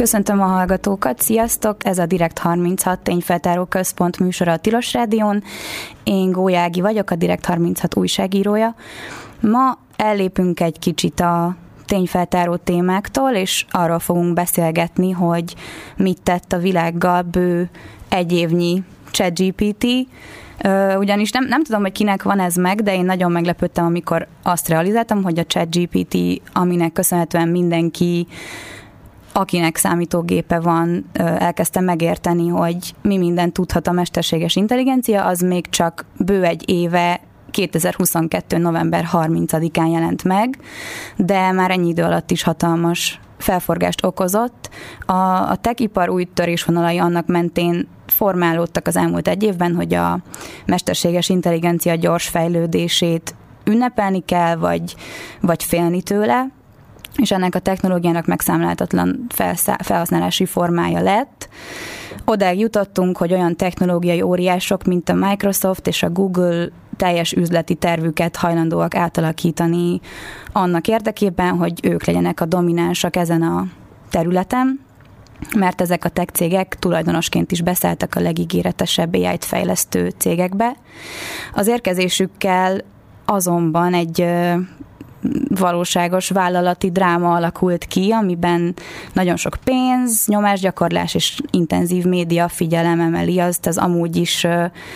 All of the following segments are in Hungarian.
Köszöntöm a hallgatókat, sziasztok! Ez a Direkt 36 Tényfeltáró Központ műsora a Tilos Rádión. Én Gólyá Ági vagyok, a Direkt 36 újságírója. Ma ellépünk egy kicsit a tényfeltáró témáktól, és arról fogunk beszélgetni, hogy mit tett a világgal bő egy évnyi ChatGPT, ugyanis nem tudom, hogy kinek van ez meg, de én nagyon meglepődtem, amikor azt realizáltam, hogy a ChatGPT, aminek köszönhetően mindenki, akinek számítógépe van, elkezdte megérteni, hogy mi mindent tudhat a mesterséges intelligencia, az még csak bő egy éve, 2022. november 30-án jelent meg, de már ennyi idő alatt is hatalmas felforgást okozott. A tech-ipar új törésvonalai annak mentén formálódtak az elmúlt egy évben, hogy a mesterséges intelligencia gyors fejlődését ünnepelni kell, vagy félni tőle, és ennek a technológiának megszámláltatlan felhasználási formája lett. Odáig jutottunk, hogy olyan technológiai óriások, mint a Microsoft és a Google teljes üzleti tervüket hajlandóak átalakítani annak érdekében, hogy ők legyenek a dominánsak ezen a területen, mert ezek a tech cégek tulajdonosként is beszálltak a legígéretesebb AI-t fejlesztő cégekbe. Az érkezésükkel azonban egy valóságos vállalati dráma alakult ki, amiben nagyon sok pénz, nyomásgyakorlás és intenzív média figyelem emeli azt az amúgy is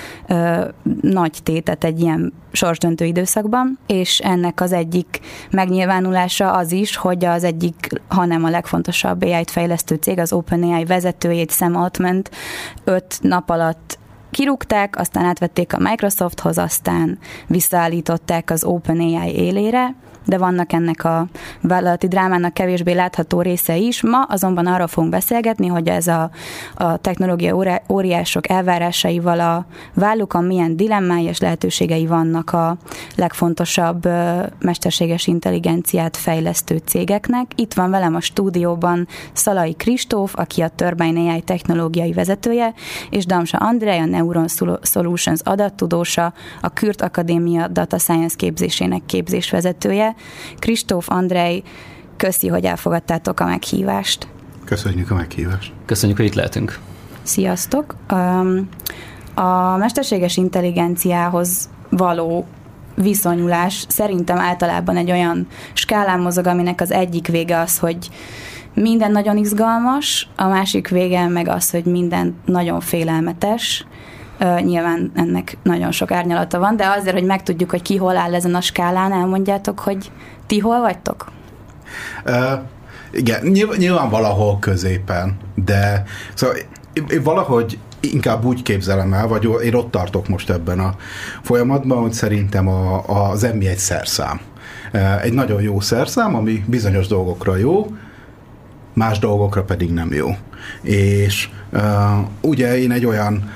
nagy tétet egy ilyen sorsdöntő időszakban, és ennek az egyik megnyilvánulása az is, hogy az egyik, hanem a legfontosabb AI-t fejlesztő cég, az OpenAI vezetőjét, Sam Altmant 5 nap alatt kirúgták, aztán átvették a Microsofthoz, aztán visszaállították az OpenAI élére, de vannak ennek a vállalati drámának kevésbé látható része is. Ma azonban arról fogunk beszélgetni, hogy ez a technológia óriások elvárásaival a vállukon milyen dilemmái és lehetőségei vannak a legfontosabb mesterséges intelligenciát fejlesztő cégeknek. Itt van velem a stúdióban Szalai Kristóf, aki a Turbine AI technológiai vezetője, és Damsa Andrej, a Neuron Solutions adattudósa, a Kürt Akadémia Data Science képzésének képzésvezetője. Kristóf, Andrej, köszi, hogy elfogadtátok a meghívást. Köszönjük a meghívást. Köszönjük, hogy itt lehetünk. Sziasztok! A mesterséges intelligenciához való viszonyulás szerintem általában egy olyan skálán mozog, aminek az egyik vége az, hogy minden nagyon izgalmas, a másik vége meg az, hogy minden nagyon félelmetes. Nyilván ennek nagyon sok árnyalata van, de azért, hogy megtudjuk, hogy ki hol áll ezen a skálán, elmondjátok, hogy ti hol vagytok? Igen, nyilván valahol középen, de szóval én valahogy inkább úgy képzelem el, vagy én ott tartok most ebben a folyamatban, hogy szerintem az emmi egy szerszám. Egy nagyon jó szerszám, ami bizonyos dolgokra jó, más dolgokra pedig nem jó. És ugye én egy olyan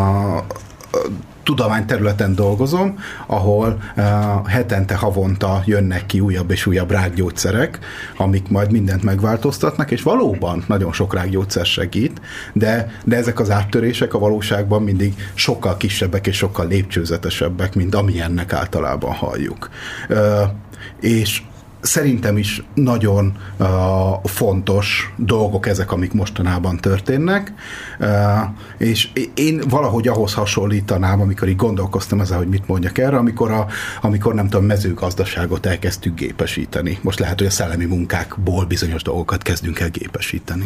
tudományterületen dolgozom, ahol hetente, havonta jönnek ki újabb és újabb rákgyógyszerek, amik majd mindent megváltoztatnak, és valóban nagyon sok rákgyógyszer segít, de ezek az áttörések a valóságban mindig sokkal kisebbek és sokkal lépcsőzetesebbek, mint amilyennek általában halljuk. És szerintem is nagyon fontos dolgok ezek, amik mostanában történnek, és én valahogy ahhoz hasonlítanám, amikor így gondolkoztam ezzel, hogy mit mondjak erre, amikor nem tudom, mezőgazdaságot elkezdtük gépesíteni. Most lehet, hogy a szellemi munkákból bizonyos dolgokat kezdünk el gépesíteni.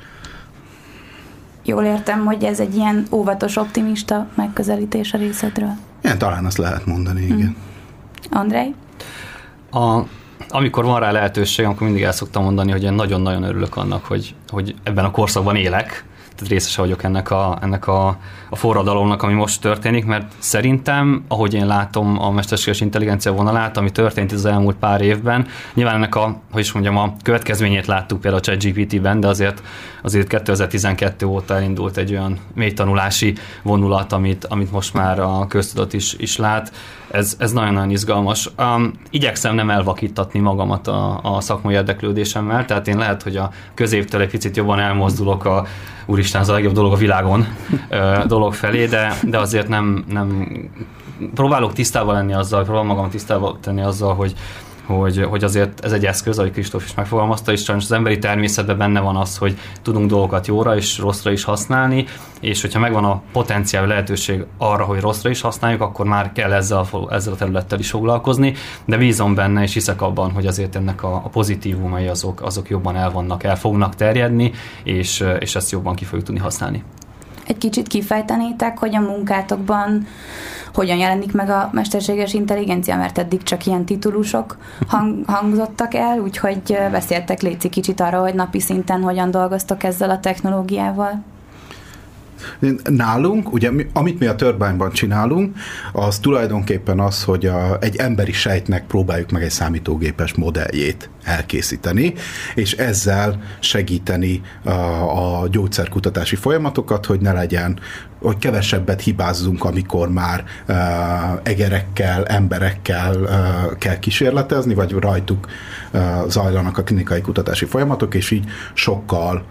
Jól értem, hogy ez egy ilyen óvatos, optimista megközelítés a részedről? Igen, talán azt lehet mondani, igen. Andrej? Amikor van rá lehetőség, akkor mindig el szoktam mondani, hogy én nagyon-nagyon örülök annak, hogy ebben a korszakban élek, tehát részese vagyok ennek a forradalomnak, ami most történik, mert szerintem, ahogy én látom a mesterséges intelligencia vonalát, ami történt az elmúlt pár évben, nyilván ennek a következményét láttuk például a ChatGPT-ben, de azért 2012 óta elindult egy olyan mélytanulási vonulat, amit most már a köztudat is lát. Ez nagyon-nagyon izgalmas. Igyekszem nem elvakítatni magamat a szakmai érdeklődésemmel, tehát én lehet, hogy a középtől egy picit jobban elmozdulok a úristen, az a legjobb dolog a világon dolog felé, de azért nem próbálok tisztában lenni azzal, próbálom magam tisztában tenni azzal, hogy azért ez egy eszköz, ahogy Kristóf is megfogalmazta, és sajnos az emberi természetben benne van az, hogy tudunk dolgokat jóra és rosszra is használni, és hogyha megvan a potenciál lehetőség arra, hogy rosszra is használjuk, akkor már kell ezzel a területtel is foglalkozni, de bízom benne, és hiszek abban, hogy azért ennek a pozitívumai azok jobban el fognak terjedni, és ezt jobban ki fogjuk tudni használni. Egy kicsit kifejtenétek, hogy a munkátokban hogyan jelenik meg a mesterséges intelligencia, mert eddig csak ilyen titulusok hangzottak el, úgyhogy beszéltek léci kicsit arra, hogy napi szinten hogyan dolgoztok ezzel a technológiával. Nálunk, ugye amit mi a Turbine-ban csinálunk, az tulajdonképpen az, hogy egy emberi sejtnek próbáljuk meg egy számítógépes modelljét elkészíteni, és ezzel segíteni a gyógyszerkutatási folyamatokat, hogy ne legyen, hogy kevesebbet hibázzunk, amikor már egerekkel, emberekkel kell kísérletezni, vagy rajtuk zajlanak a klinikai kutatási folyamatok, és így sokkal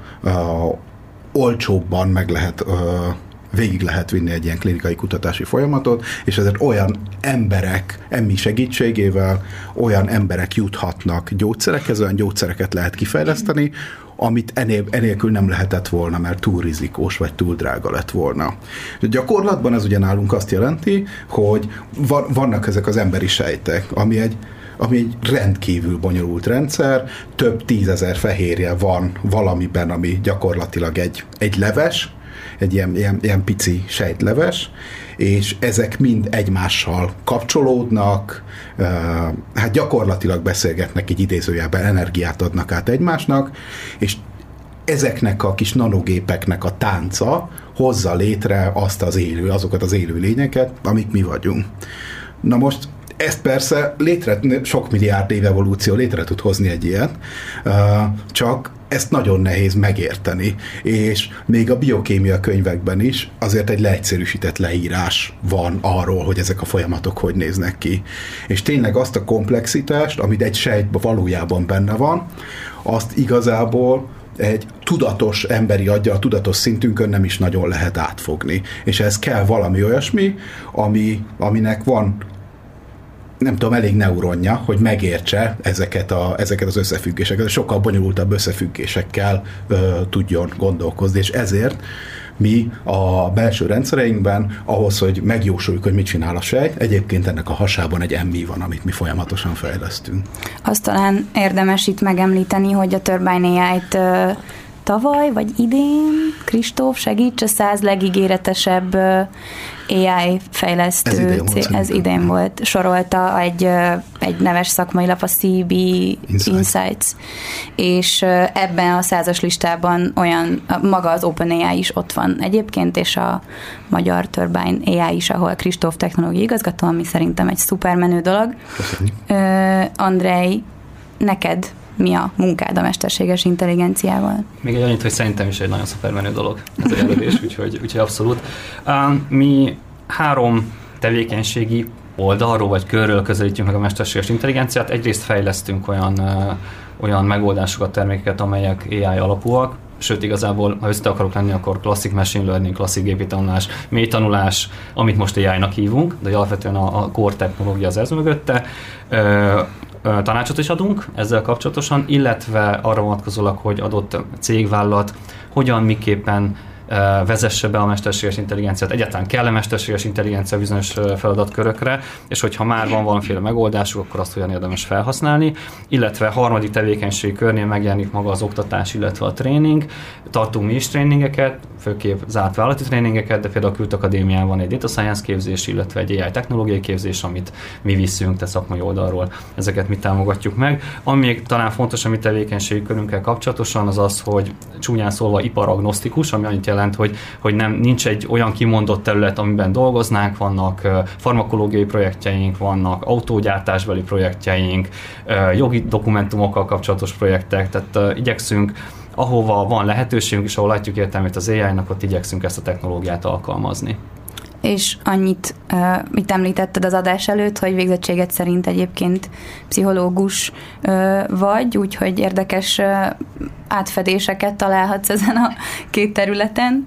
olcsóbban végig lehet vinni egy ilyen klinikai kutatási folyamatot, és ezért olyan emberek, emmi segítségével olyan emberek juthatnak gyógyszerekhez, olyan gyógyszereket lehet kifejleszteni, amit enélkül nem lehetett volna, mert túl rizikós, vagy túl drága lett volna. Gyakorlatban ez ugye nálunk azt jelenti, hogy vannak ezek az emberi sejtek, ami egy rendkívül bonyolult rendszer, több 10 000 fehérje van valamiben, ami gyakorlatilag egy leves, egy ilyen pici sejtleves, és ezek mind egymással kapcsolódnak, hát gyakorlatilag beszélgetnek, így idézőjelben energiát adnak át egymásnak, és ezeknek a kis nanogépeknek a tánca hozza létre azokat az élő lényeket, amik mi vagyunk. Na most ezt persze sok milliárd év evolúció létre tud hozni egy ilyet, csak ezt nagyon nehéz megérteni, és még a biokémia könyvekben is azért egy leegyszerűsített leírás van arról, hogy ezek a folyamatok hogy néznek ki. És tényleg azt a komplexitást, amit egy sejtben valójában benne van, azt igazából egy tudatos emberi aggyal, tudatos szintünkön nem is nagyon lehet átfogni. És ez kell valami olyasmi, aminek van, nem tudom, elég neuronja, hogy megértse ezeket az összefüggéseket, sokkal bonyolultabb összefüggésekkel tudjon gondolkozni, és ezért mi a belső rendszereinkben ahhoz, hogy megjósoljuk, hogy mit csinál a sejt, egyébként ennek a hasában egy MI van, amit mi folyamatosan fejlesztünk. Azt talán érdemes itt megemlíteni, hogy a Turbine AI-t tavaly, vagy idén, Kristóf, segíts, a 100 legígéretesebb AI fejlesztő ez idén volt, sorolta egy neves szakmai lap, a CB Insights, és ebben a 100-as listában maga az OpenAI is ott van egyébként, és a magyar Turbine AI is, ahol Kristóf technológiai igazgató, ami szerintem egy szuper menő dolog. Andrej, neked mi a munkád a mesterséges intelligenciával? Még egy annyit, hogy szerintem is egy nagyon szupermenő dolog ez a jelölés, úgyhogy abszolút. Mi 3 tevékenységi oldalról vagy körről közelítjük meg a mesterséges intelligenciát. Egyrészt fejlesztünk olyan megoldásokat, termékeket, amelyek AI alapúak, sőt igazából, ha össze akarok lenni, akkor klasszik machine learning, klasszik gépi tanulás, mély tanulás, amit most AI-nak hívunk, de alapvetően a core technológia az ez mögötte. Tanácsot is adunk ezzel kapcsolatosan, illetve arra vonatkozólag, hogy adott cégvállalat hogyan, miképpen vezesse be a mesterséges intelligenciát. Egyáltalán kell a mesterséges intelligencia bizonyos feladatkörökre, és hogyha már van valamiféle megoldásuk, akkor azt hogyan érdemes felhasználni, illetve harmadik tevékenységi körnél megjelenik maga az oktatás, illetve a tréning. Tartunk mi is tréningeket, főképp zárt vállalati tréningeket, de például a Kültakadémián van egy data science képzés, illetve egy AI technológiai képzés, amit mi viszünk, tehát szakmai oldalról ezeket mi támogatjuk meg. Ami még talán fontos a mi tevékenységi körünkkel kapcsolatosan, az az, hogy csúnyán szólva iparagnosztikus, ami annyit jelent, hogy nincs egy olyan kimondott terület, amiben dolgoznánk, vannak farmakológiai projektjeink, vannak autógyártásbeli projektjeink, jogi dokumentumokkal kapcsolatos projektek, tehát igyekszünk, ahova van lehetőségünk, és ahol látjuk értelmét az AI-nak, ott igyekszünk ezt a technológiát alkalmazni. És annyit itt említetted az adás előtt, hogy végzettséget szerint egyébként pszichológus vagy, úgyhogy érdekes átfedéseket találhatsz ezen a 2 területen.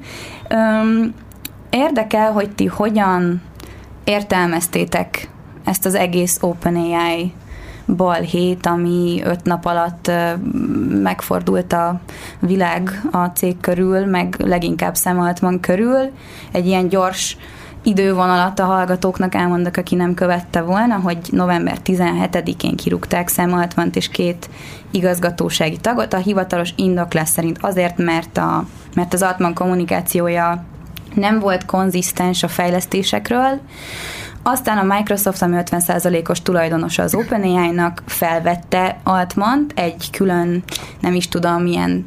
Érdekel, hogy ti hogyan értelmeztétek ezt az egész OpenAI balhét, ami 5 nap alatt megfordult a világ a cég körül, meg leginkább Sam Altman körül. Egy ilyen gyors idővonalat a hallgatóknak elmondok, aki nem követte volna, hogy november 17-én kirúgták Sam Altmant és 2 igazgatósági tagot. A hivatalos indoklás szerint azért, mert az Altman kommunikációja nem volt konzisztens a fejlesztésekről. Aztán a Microsoft, ami 50%-os tulajdonosa az OpenAI-nak, felvette Altmant egy külön, nem is tudom, milyen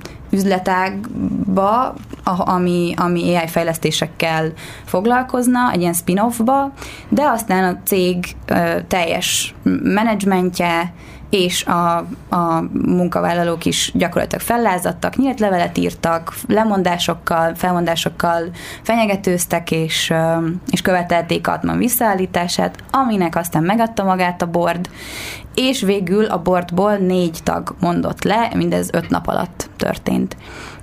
üzletágba, ami AI fejlesztésekkel foglalkozna, egy ilyen spin-offba, de aztán a cég teljes menedzsmentje és a munkavállalók is gyakorlatilag fellázadtak, nyílt levelet írtak, felmondásokkal fenyegetőztek, és követelték Altman visszaállítását, aminek aztán megadta magát a board, és végül a boardból 4 tag mondott le, mindez 5 nap alatt történt.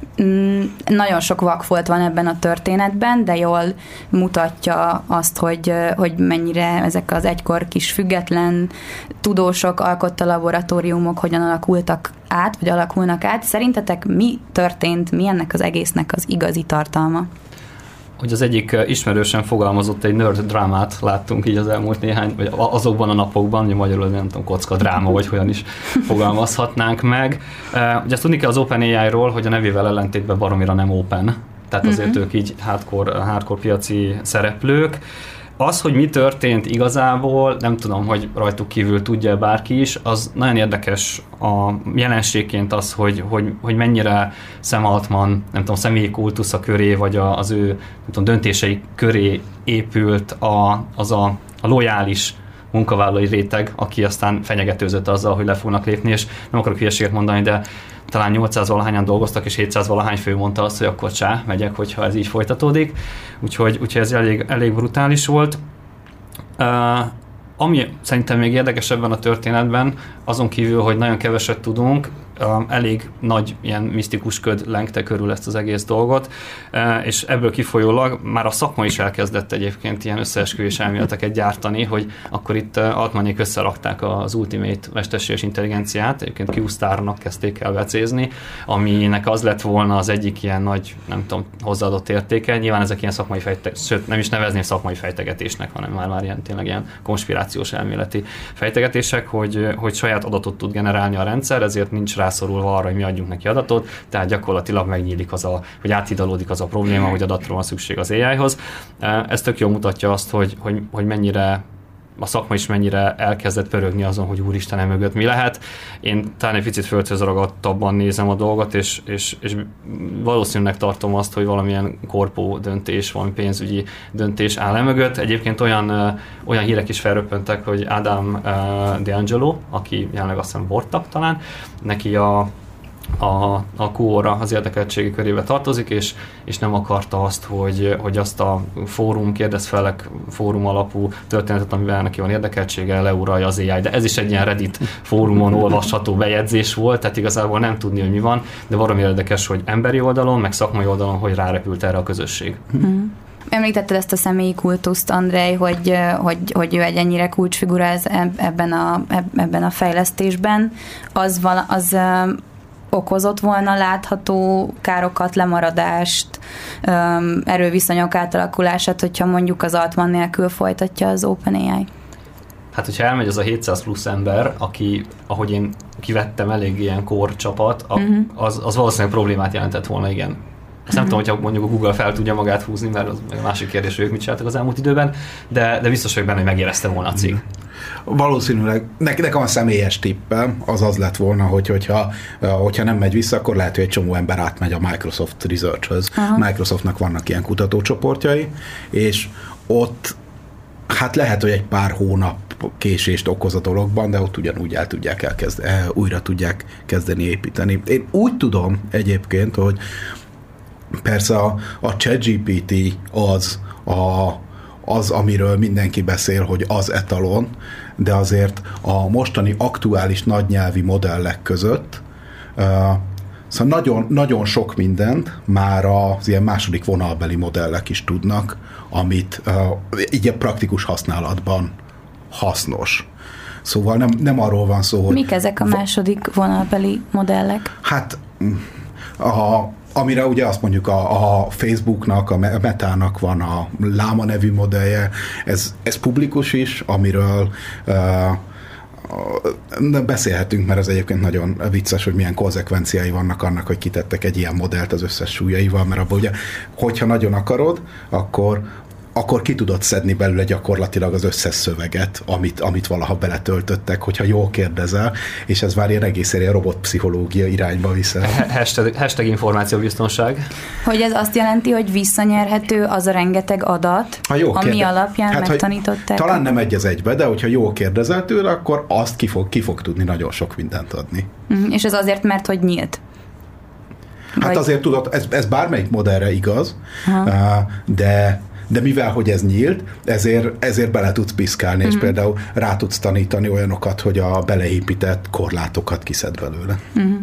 Nagyon sok vakfolt van ebben a történetben, de jól mutatja azt, hogy mennyire ezek az egykor kis független tudósok, alkottalaboratóriumok hogyan alakultak át, vagy alakulnak át. Szerintetek mi történt, mi ennek az egésznek az igazi tartalma? Hogy az egyik ismerősen fogalmazott, egy nerd drámát láttunk így az elmúlt vagy azokban a napokban, ugye magyarul nem tudom, kocka dráma, vagy hogyan is fogalmazhatnánk meg. Ugye ezt tudni kell az OpenAI-ról, hogy a nevével ellentétben baromira nem open, tehát azért ők így hardcore piaci szereplők. Az, hogy mi történt igazából, nem tudom, hogy rajtuk kívül tudja bárki is, az nagyon érdekes a jelenségként az, hogy mennyire Sam Altman, nem tudom, személyi kultusza köré, vagy az ő nem tudom, döntései köré épült a lojális munkavállalói réteg, aki aztán fenyegetőzött azzal, hogy le fognak lépni, és nem akarok hülyeséget mondani, de talán 800-valahányan dolgoztak, és 700-valahány fő mondta azt, hogy akkor csá, megyek, hogyha ez így folytatódik. Úgyhogy ez elég brutális volt. Ami szerintem még érdekesebben a történetben, azon kívül, hogy nagyon keveset tudunk, elég nagy ilyen misztikus köd lengte körül ezt az egész dolgot, és ebből kifolyólag már a szakma is elkezdett egyébként ilyen összeesküvés elméleteket gyártani, hogy akkor itt Altmanék összerakták az Ultimate mesterséges intelligenciát, egyébként Q-Star-nak kezdték el becézni, aminek az lett volna az egyik ilyen nagy, nem tudom, hozzáadott értéke. Nyilván ezek ilyen szakmai sőt, nem is nevezném szakmai fejtegetésnek, hanem már ilyen tényleg ilyen konspirációs elméleti fejtegetések, hogy saját adatot tud generálni a rendszer, ezért nincs rászorulva arra, hogy mi adjunk neki adatot, tehát gyakorlatilag megnyílik hogy áthidalódik az a probléma, hogy adatról van szükség az AI-hoz. Ez tök jól mutatja azt, hogy mennyire a szakma is mennyire elkezdett pörögni azon, hogy úristen, mögött mi lehet. Én talán egy picit földhöz ragadtabban nézem a dolgot, és valószínűleg tartom azt, hogy valamilyen korpó döntés, valami pénzügyi döntés áll mögött. Egyébként olyan hírek is felröppentek, hogy Adam D'Angelo, aki jelenleg azt hiszem boardtag talán, neki a Quora az érdekeltségi körébe tartozik, és nem akarta azt, hogy azt a kérdezfelek fórum alapú történetet, amivel neki van érdekeltsége, leuralja az AI. De ez is egy ilyen Reddit fórumon olvasható bejegyzés volt, tehát igazából nem tudni, hogy mi van, de valami érdekes, hogy emberi oldalon, meg szakmai oldalon, hogy rárepült erre a közösség. Említetted ezt a személyi kultuszt, Andrej, hogy ő egy ennyire kulcsfigura ebben a fejlesztésben. Az okozott volna látható károkat, lemaradást, erőviszonyok átalakulását, hogyha mondjuk az Altman nélkül folytatja az OpenAI? Hát, hogyha elmegy az a 700 plusz ember, aki, ahogy én kivettem, elég ilyen core csapat, az valószínűleg problémát jelentett volna, igen. Azt nem tudom, hogyha mondjuk a Google fel tudja magát húzni, mert az a másik kérdés, hogy ők mit csináltak az elmúlt időben, de biztos vagyok benne, hogy megérezte volna a cég. Valószínűleg nekem a személyes tippem az lett volna, hogyha nem megy vissza, akkor lehet, hogy egy csomó ember átmegy a Microsoft Research-höz. Microsoftnak vannak ilyen kutatócsoportjai, és ott hát lehet, hogy egy pár hónap késést okoz a dologban, de ott ugyanúgy újra tudják kezdeni építeni. Én úgy tudom egyébként, hogy persze a ChatGPT az, amiről mindenki beszél, hogy az etalon, de azért a mostani aktuális nagynyelvi modellek között szóval nagyon, nagyon sok mindent már az ilyen második vonalbeli modellek is tudnak, amit így a praktikus használatban hasznos. Szóval nem arról van szó, hogy... Mik ezek a második vonalbeli modellek? Hát amire ugye azt mondjuk a Facebooknak, a Metának van a Llama nevű modellje, ez publikus is, amiről beszélhetünk, mert ez egyébként nagyon vicces, hogy milyen konzekvenciái vannak annak, hogy kitettek egy ilyen modellt az összes súlyaival, mert abban ugye, hogyha nagyon akarod, akkor ki tudod szedni belőle gyakorlatilag az összes szöveget, amit valaha beletöltöttek, hogyha jól kérdezel, és ez már ilyen egész ilyen robotpszichológia irányba viszel. Hashtag információbiztonság. Hogy ez azt jelenti, hogy visszanyerhető az a rengeteg adat, ami alapján megtanították? Talán nem egy az egybe, de hogyha jól kérdezel tőle, akkor azt ki fog tudni nagyon sok mindent adni. És ez azért, mert hogy nyílt? Hát azért tudod, ez bármelyik modellre igaz, de mivel, hogy ez nyílt, ezért bele tudsz piszkálni, és például rá tudsz tanítani olyanokat, hogy a beleépített korlátokat kiszed belőle.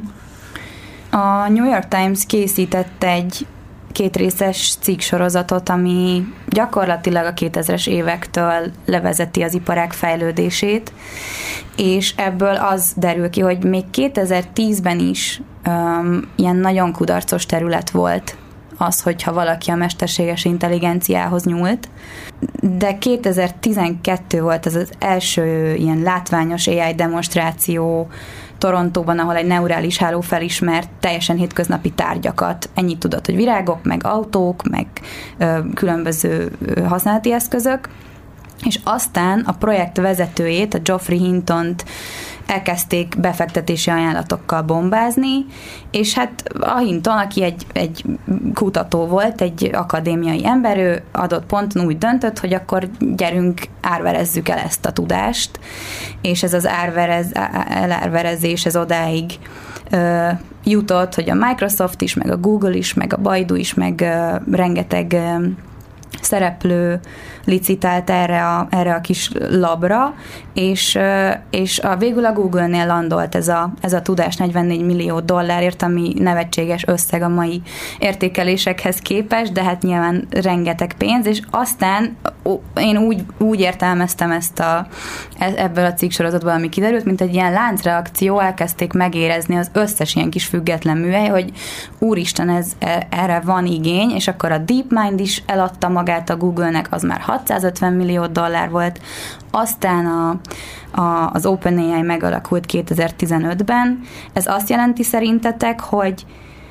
A New York Times készített egy 2 részes cikksorozatot, ami gyakorlatilag a 2000-es évektől levezeti az iparág fejlődését, és ebből az derül ki, hogy még 2010-ben is ilyen nagyon kudarcos terület volt az, hogyha valaki a mesterséges intelligenciához nyúlt, de 2012 volt az első ilyen látványos AI demonstráció Torontóban, ahol egy neurális háló felismert teljesen hétköznapi tárgyakat. Ennyit tudott, hogy virágok, meg autók, meg különböző használati eszközök, és aztán a projekt vezetőjét, a Geoffrey Hintont elkezdték befektetési ajánlatokkal bombázni, és hát a Hinton, aki egy kutató volt, egy akadémiai ember, ő adott ponton úgy döntött, hogy akkor gyerünk, árverezzük el ezt a tudást, és ez az elárverezés ez odáig jutott, hogy a Microsoft is, meg a Google is, meg a Baidu is, meg rengeteg szereplő licitált erre a kis labra, és végül a Google-nél landolt ez a tudás $44 millió, ami nevetséges összeg a mai értékelésekhez képest, de hát nyilván rengeteg pénz, és aztán én úgy értelmeztem ebből a cikksorozatból, ami kiderült, mint egy ilyen láncreakció, elkezdték megérezni az összes ilyen kis független műhely, hogy úristen, erre van igény, és akkor a DeepMind is eladta magát a Google-nek, az már $650 millió volt, aztán az OpenAI megalakult 2015-ben. Ez azt jelenti szerintetek, hogy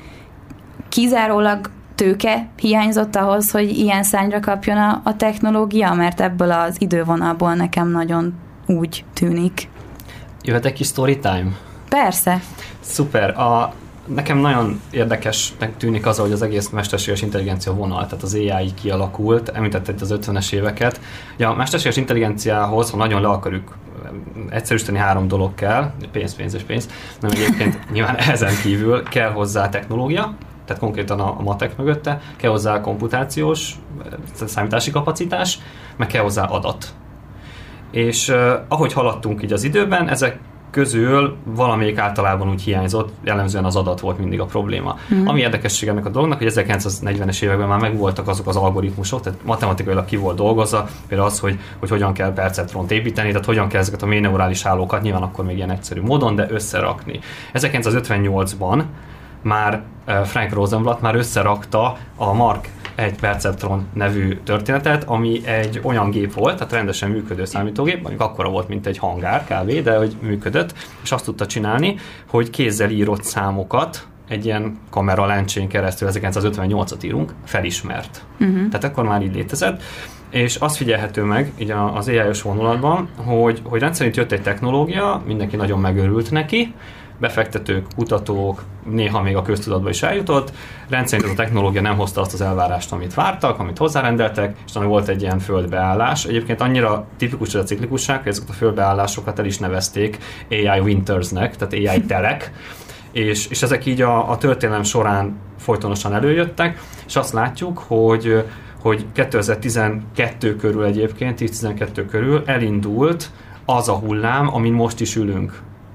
kizárólag tőke hiányzott ahhoz, hogy ilyen szárnyra kapjon a technológia, mert ebből az idővonalból nekem nagyon úgy tűnik. Jöhet egy kis story time? Persze. Szuper. Nekem nagyon érdekesnek tűnik az, hogy az egész mesterséges intelligencia vonal, tehát az AI kialakult, említetted az 50-es éveket. Ja, a mesterséges intelligenciához, ha nagyon le akarjuk egyszerűsíteni, 3 dolog kell, pénz, nem egyébként nyilván ezen kívül kell hozzá technológia, tehát konkrétan a matek mögötte, kell hozzá komputációs, számítási kapacitás, meg kell hozzá adat. És ahogy haladtunk így az időben, ezek közül valamelyik általában úgy hiányzott, jellemzően az adat volt mindig a probléma. Ami érdekesség ennek a dolognak, hogy 1940-es években már megvoltak azok az algoritmusok, tehát matematikailag ki volt dolgozva, például az, hogy hogyan kell perceptront építeni, tehát hogyan kell ezeket a mély neurális hálókat, nyilván akkor még ilyen egyszerű módon, de összerakni. 1958-ban már Frank Rosenblatt már összerakta a Mark 1 Perceptron nevű történetet, ami egy olyan gép volt, tehát rendesen működő számítógép, mondjuk akkora volt, mint egy hangár kb., de hogy működött, és azt tudta csinálni, hogy kézzel írott számokat egy ilyen kamera lencsén keresztül, 1958-at írunk, felismert. Tehát akkor már így létezett, és azt figyelhető meg így az AI-os vonulatban, hogy rendszerint jött egy technológia, mindenki nagyon megörült neki, befektetők, kutatók, néha még a köztudatba is eljutott. Rendszerint ez a technológia nem hozta azt az elvárást, amit vártak, amit hozzárendeltek, és ami volt egy ilyen földbeállás. Egyébként annyira tipikus ez a ciklikusság, hogy ezeket a földbeállásokat el is nevezték AI wintersnek, tehát AI telek, és ezek így a történelem során folytonosan előjöttek, és azt látjuk, hogy 2012 körül egyébként, 10-12 körül elindult az a hullám, amin most is ülünk.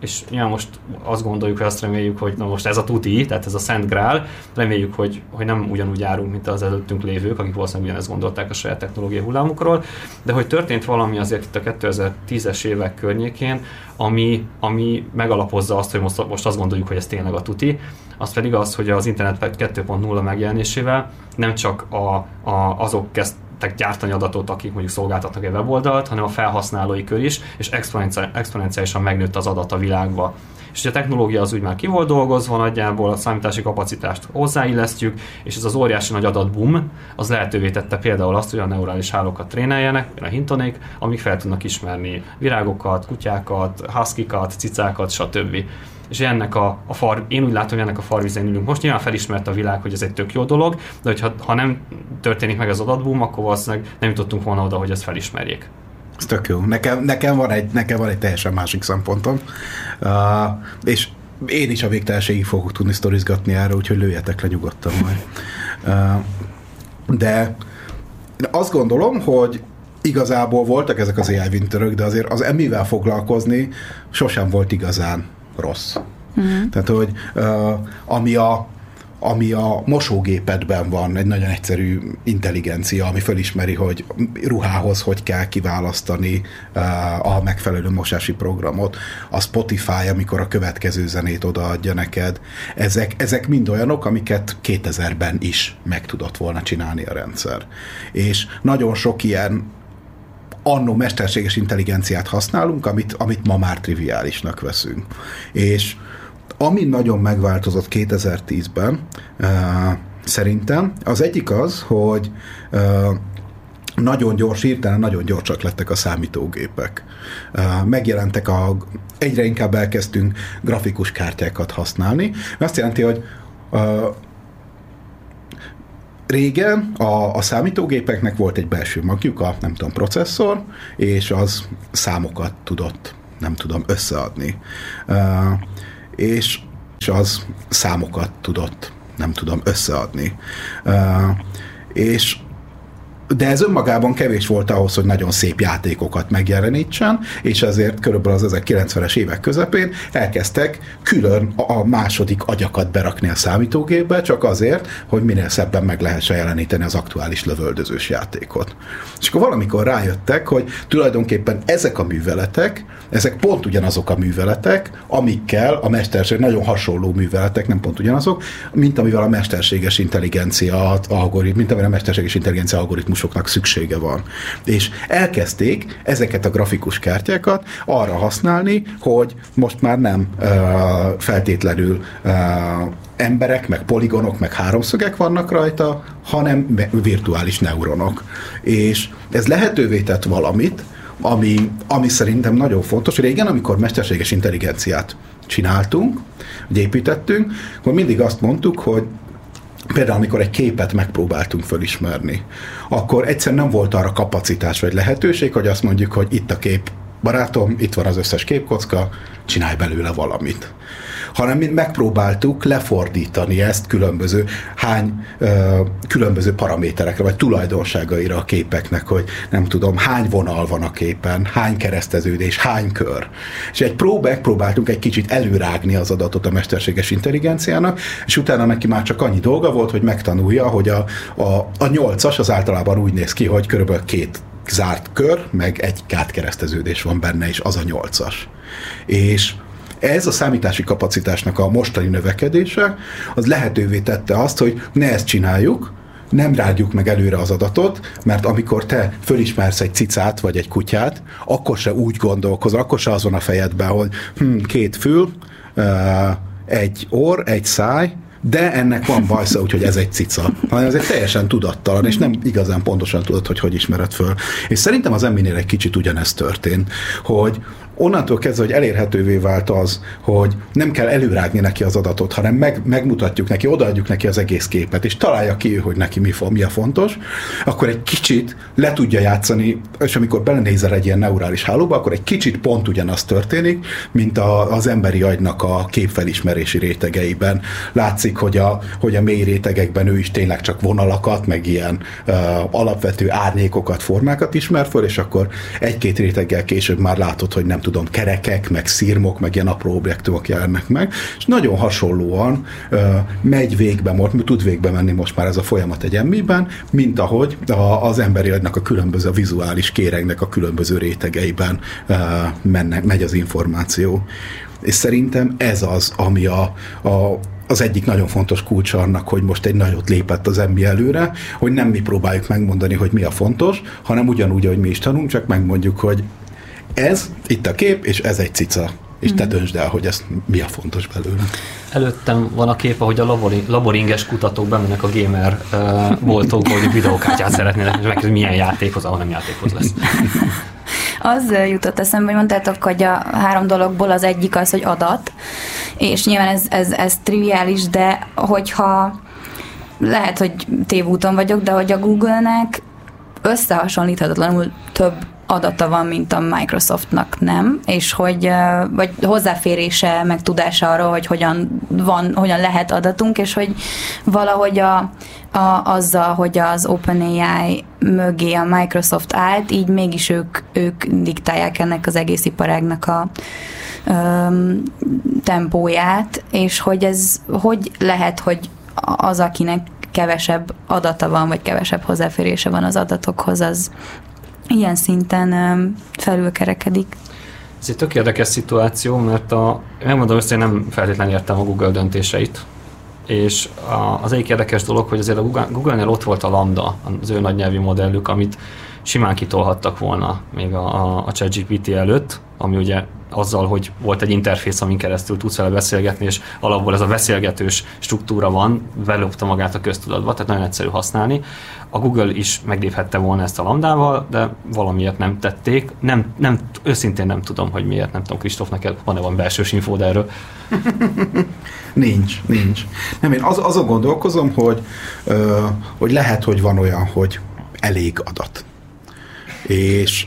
és nyilván most azt gondoljuk, hogy azt reméljük, hogy na most ez a tuti, tehát ez a Szent Grál, reméljük, hogy nem ugyanúgy járunk, mint az előttünk lévők, akik valószínűleg ugyanezt gondolták a saját technológiai hullámukról, de hogy történt valami azért itt a 2010-es évek környékén, ami megalapozza azt, hogy most azt gondoljuk, hogy ez tényleg a tuti, az pedig az, hogy az internet 2.0 megjelenésével nem csak azok kezdtek gyártani adatot, akik mondjuk szolgáltatnak egy weboldalt, hanem a felhasználói kör is, és exponenciálisan megnőtt az adat a világba. És a technológia az úgy már ki volt dolgozva nagyjából, a számítási kapacitást hozzáillesztjük, és ez az óriási nagy adatboom, az lehetővé tette például azt, hogy a neurális hálókat tréneljenek, a Hintonék, amik fel tudnak ismerni virágokat, kutyákat, huskikat, cicákat, stb. És én úgy látom, hogy ennek a farvizén ülünk. Most nyilván felismert a világ, hogy ez egy tök jó dolog, de ha nem történik meg az adatboom, akkor valószínűleg nem jutottunk volna oda, hogy ezt felismerjék. Ez tök jó. Nekem van egy teljesen másik szempontom. És én is a végtelenségig fogok tudni sztorizgatni erre, úgyhogy lőjetek le nyugodtan majd. De azt gondolom, hogy igazából voltak ezek az AI winterök, de azért az emivel foglalkozni sosem volt igazán rossz. Mm. Tehát, hogy ami a mosógépedben van, egy nagyon egyszerű intelligencia, ami felismeri, hogy ruhához hogy kell kiválasztani a megfelelő mosási programot. A Spotify, amikor a következő zenét odaadja neked. Ezek mind olyanok, amiket 2000-ben is meg tudott volna csinálni a rendszer. És nagyon sok ilyen annó mesterséges intelligenciát használunk, amit ma már triviálisnak veszünk. És ami nagyon megváltozott 2010-ben, szerintem, az egyik az, hogy hirtelen nagyon gyorsak lettek a számítógépek. Megjelentek egyre inkább elkezdtünk grafikus kártyákat használni. Azt jelenti, hogy régen a számítógépeknek volt egy belső magjuk, processzor, és az számokat tudott, összeadni. És az számokat tudott, összeadni. De ez önmagában kevés volt ahhoz, hogy nagyon szép játékokat megjelenítsen, és ezért körülbelül az 1990-es évek közepén elkezdtek külön a második agyakat berakni a számítógépbe, csak azért, hogy minél szebben meg lehessen jeleníteni az aktuális lövöldözős játékot. És akkor valamikor rájöttek, hogy tulajdonképpen ezek a műveletek, ezek pont ugyanazok a műveletek, amikkel a nagyon hasonló műveletek, nem pont ugyanazok, mint amivel a mesterséges intelligencia algoritmusoknak szüksége van. És elkezdték ezeket a grafikus kártyákat arra használni, hogy most már nem feltétlenül emberek, meg poligonok, meg háromszögek vannak rajta, hanem virtuális neuronok. És ez lehetővé tett valamit, ami szerintem nagyon fontos. Régen, amikor mesterséges intelligenciát csináltunk, vagy építettünk, akkor mindig azt mondtuk, hogy például amikor egy képet megpróbáltunk fölismerni, akkor egyszerűen nem volt arra kapacitás vagy lehetőség, hogy azt mondjuk, hogy itt a kép, barátom, itt van az összes képkocka, csinálj belőle valamit. Hanem mi megpróbáltuk lefordítani ezt különböző paraméterekre, vagy tulajdonságaira a képeknek, hogy nem tudom, hány vonal van a képen, hány kereszteződés, hány kör. És próbáltunk egy kicsit előrágni az adatot a mesterséges intelligenciának, és utána neki már csak annyi dolga volt, hogy megtanulja, hogy a 8-as az általában úgy néz ki, hogy körülbelül 2 zárt kör, meg egy gátkereszteződés van benne, és az a 8-as. És ez a számítási kapacitásnak a mostani növekedése, az lehetővé tette azt, hogy ne ezt csináljuk, nem rágjuk meg előre az adatot, mert amikor te fölismersz egy cicát vagy egy kutyát, akkor se úgy gondolkozol, akkor se az van a fejedben, hogy 2 fül, egy orr, egy száj, de ennek van bajsza, úgyhogy ez egy cica. Hanem ez egy teljesen tudattalan, és nem igazán pontosan tudod, hogy ismered föl. És szerintem az Emminél egy kicsit ugyanezt történt, hogy onnantól kezdve, hogy elérhetővé vált az, hogy nem kell előrágni neki az adatot, hanem megmutatjuk neki, odaadjuk neki az egész képet, és találja ki ő, hogy neki mi a fontos, akkor egy kicsit le tudja játszani, és amikor belenézel egy ilyen neurális hálóba, akkor egy kicsit pont ugyanaz történik, mint az emberi agynak a képfelismerési rétegeiben. Látszik, hogy a mély rétegekben ő is tényleg csak vonalakat, meg ilyen alapvető árnyékokat, formákat ismer föl, és akkor 1-2 réteggel később már látod, hogy nem tudom, kerekek, meg szirmok, meg ilyen apró objektumok jelennek meg, és nagyon hasonlóan megy végbe, tud végbe menni most már ez a folyamat egy emmiben, mint ahogy az emberi agynak a különböző vizuális kéregnek a különböző rétegeiben megy az információ. És szerintem ez az, ami az egyik nagyon fontos kulcsa annak, hogy most egy nagyot lépett az emmi előre, hogy nem mi próbáljuk megmondani, hogy mi a fontos, hanem ugyanúgy, ahogy mi is tanulunk, csak megmondjuk, hogy ez itt a kép, és ez egy cica. És te döntsd el, hogy ez mi a fontos belőle. Előttem van a kép, ahogy a laboringes kutatók bemennek a gamer boltokba, hogy videókártyát szeretnének, és megkérdez, milyen játékhoz, ahol nem játékhoz lesz. Az jutott eszembe, hogy mondtátok, hogy a 3 dologból az egyik az, hogy adat, és nyilván ez triviális, de hogyha lehet, hogy tévúton vagyok, de hogy a Google-nek összehasonlíthatatlanul több adata van, mint a Microsoftnak, nem? És hogy vagy hozzáférése, meg tudása arról, hogy hogyan lehet adatunk, és hogy valahogy azzal, hogy az OpenAI mögé a Microsoft állt, így mégis ők diktálják ennek az egész iparágnak a tempóját, és hogy ez hogy lehet, hogy az, akinek kevesebb adata van, vagy kevesebb hozzáférése van az adatokhoz, az ilyen szinten felülkerekedik. Ez egy tök érdekes szituáció, mert megmondom össze, én nem feltétlenül értem a Google döntéseit, és az egyik érdekes dolog, hogy azért a Google-nél ott volt a Lambda, az ő nagynyelvi modellük, amit simán kitolhattak volna még a ChatGPT előtt, ami ugye azzal, hogy volt egy interfész, amin keresztül tudsz vele beszélgetni, és alapból ez a beszélgetős struktúra van, belopta magát a köztudatba, tehát nagyon egyszerű használni. A Google is megléphette volna ezt a Lambdával, de valamiért nem tették. Őszintén nem tudom, hogy miért, nem tudom, Kristóf, neked van belsős infód erről? Nincs. Nem, én azon gondolkozom, hogy lehet, hogy van olyan, hogy elég adat. És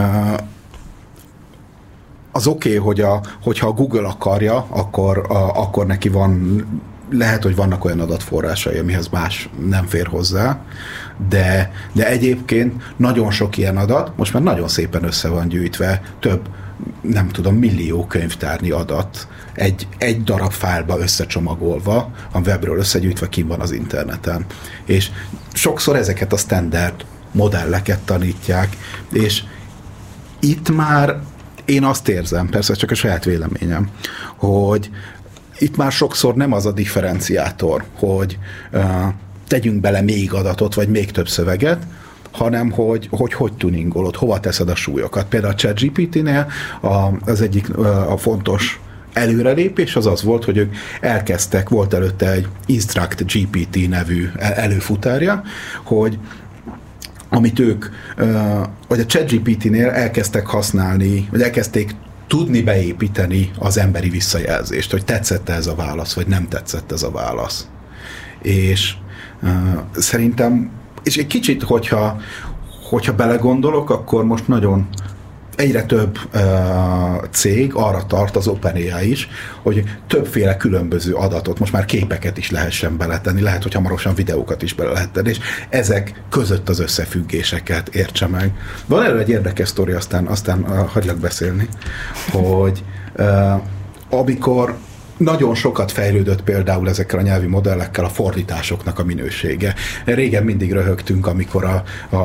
az oké, hogyha a Google akarja, akkor neki lehet, hogy vannak olyan adatforrásai, amihez más nem fér hozzá, de egyébként nagyon sok ilyen adat, most már nagyon szépen össze van gyűjtve, több, nem tudom, millió könyvtárnyi adat egy darab fájlba összecsomagolva, a webről összegyűjtve kint van az interneten. És sokszor ezeket a standard modelleket tanítják, és itt már én azt érzem, persze csak a saját véleményem, hogy itt már sokszor nem az a differenciátor, hogy tegyünk bele még adatot, vagy még több szöveget, hanem hogy tuningolod, hova teszed a súlyokat. Például a ChatGPT-nél az egyik a fontos előrelépés az volt, hogy ők elkezdtek, volt előtte egy Instruct GPT nevű előfutárja, hogy amit ők, vagy a ChatGPT-nél elkezdtek használni, vagy elkezdték tudni beépíteni az emberi visszajelzést, hogy tetszett ez a válasz, vagy nem tetszett ez a válasz. És szerintem, és egy kicsit, hogyha belegondolok, akkor most nagyon egyre több cég arra tart, az OpenAI is, hogy többféle különböző adatot, most már képeket is lehessen beletenni, lehet, hogy hamarosan videókat is bele lehet tenni, és ezek között az összefüggéseket értse meg. Van erről egy érdekes sztori, aztán hagylak beszélni, hogy amikor nagyon sokat fejlődött például ezekkel a nyelvi modellekkel a fordításoknak a minősége. Régen mindig röhögtünk, amikor a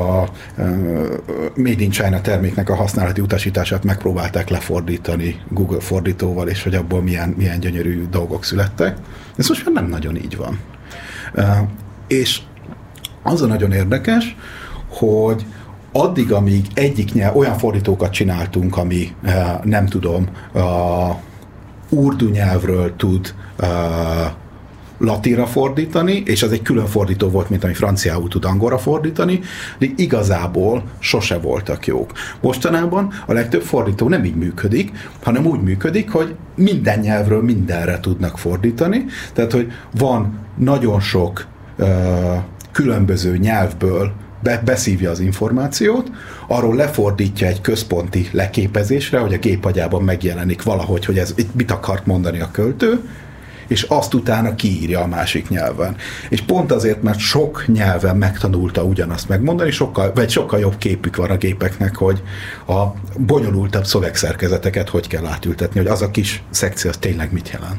Made in China terméknek a használati utasítását megpróbálták lefordítani Google fordítóval, és hogy abból milyen gyönyörű dolgok születtek. Ez most már nem nagyon így van. És az a nagyon érdekes, hogy addig, amíg olyan fordítókat csináltunk, ami nem tudom, urdu nyelvről tud latinra fordítani, és az egy külön fordító volt, mint ami franciául tud angolra fordítani, de igazából sose voltak jók. Mostanában a legtöbb fordító nem így működik, hanem úgy működik, hogy minden nyelvről mindenre tudnak fordítani, tehát, hogy van nagyon sok különböző nyelvből beszívja az információt, arról lefordítja egy központi leképezésre, hogy a gép agyában megjelenik valahogy, hogy ez mit akart mondani a költő, és azt utána kiírja a másik nyelven. És pont azért, mert sok nyelven megtanulta ugyanazt megmondani, sokkal jobb képük van a gépeknek, hogy a bonyolultabb szövegszerkezeteket hogy kell átültetni, hogy az a kis szekció az tényleg mit jelent.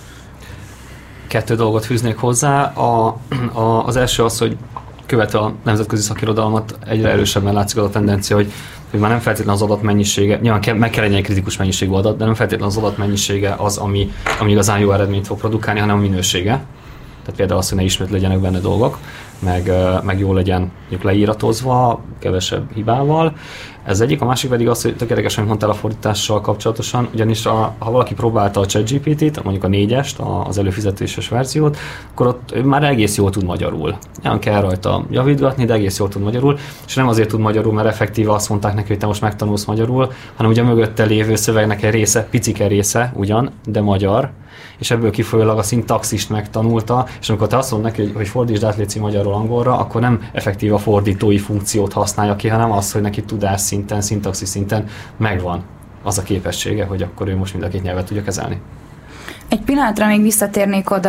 2 dolgot fűznék hozzá. Az első az, hogy követve a nemzetközi szakirodalmat egyre erősebben látszik az a tendencia, hogy már nem feltétlenül az adat mennyisége, nyilván meg kell legyen egy kritikus mennyiségű adat, de nem feltétlenül az adat mennyisége az, ami igazán jó eredményt fog produkálni, hanem a minősége. Tehát például az, hogy ne ismét legyenek benne dolgok, meg jól legyen leíratozva, kevesebb hibával. Ez egyik, a másik pedig az, hogy tök érdekes, amit mondtál a fordítással kapcsolatosan, ugyanis ha valaki próbálta a ChatGPT-t, mondjuk a 4-est, az előfizetéses verziót, akkor ott már egész jól tud magyarul. Nem kell rajta javítgatni, de egész jól tud magyarul, és nem azért tud magyarul, mert effektíve azt mondták neki, hogy te most megtanulsz magyarul, hanem ugye a mögötte lévő szövegnek egy része, picike része ugyan, de magyar, és ebből kifolyólag a szintaxist megtanulta, és amikor te azt mondod neki, hogy fordítsd át léci magyarról angolra, akkor nem effektív a fordítói funkciót használja ki, hanem az, hogy neki tudás szinten, szintaxis szinten megvan az a képessége, hogy akkor ő most mind a 2 nyelvet tudja kezelni. Egy pillanatra még visszatérnék oda,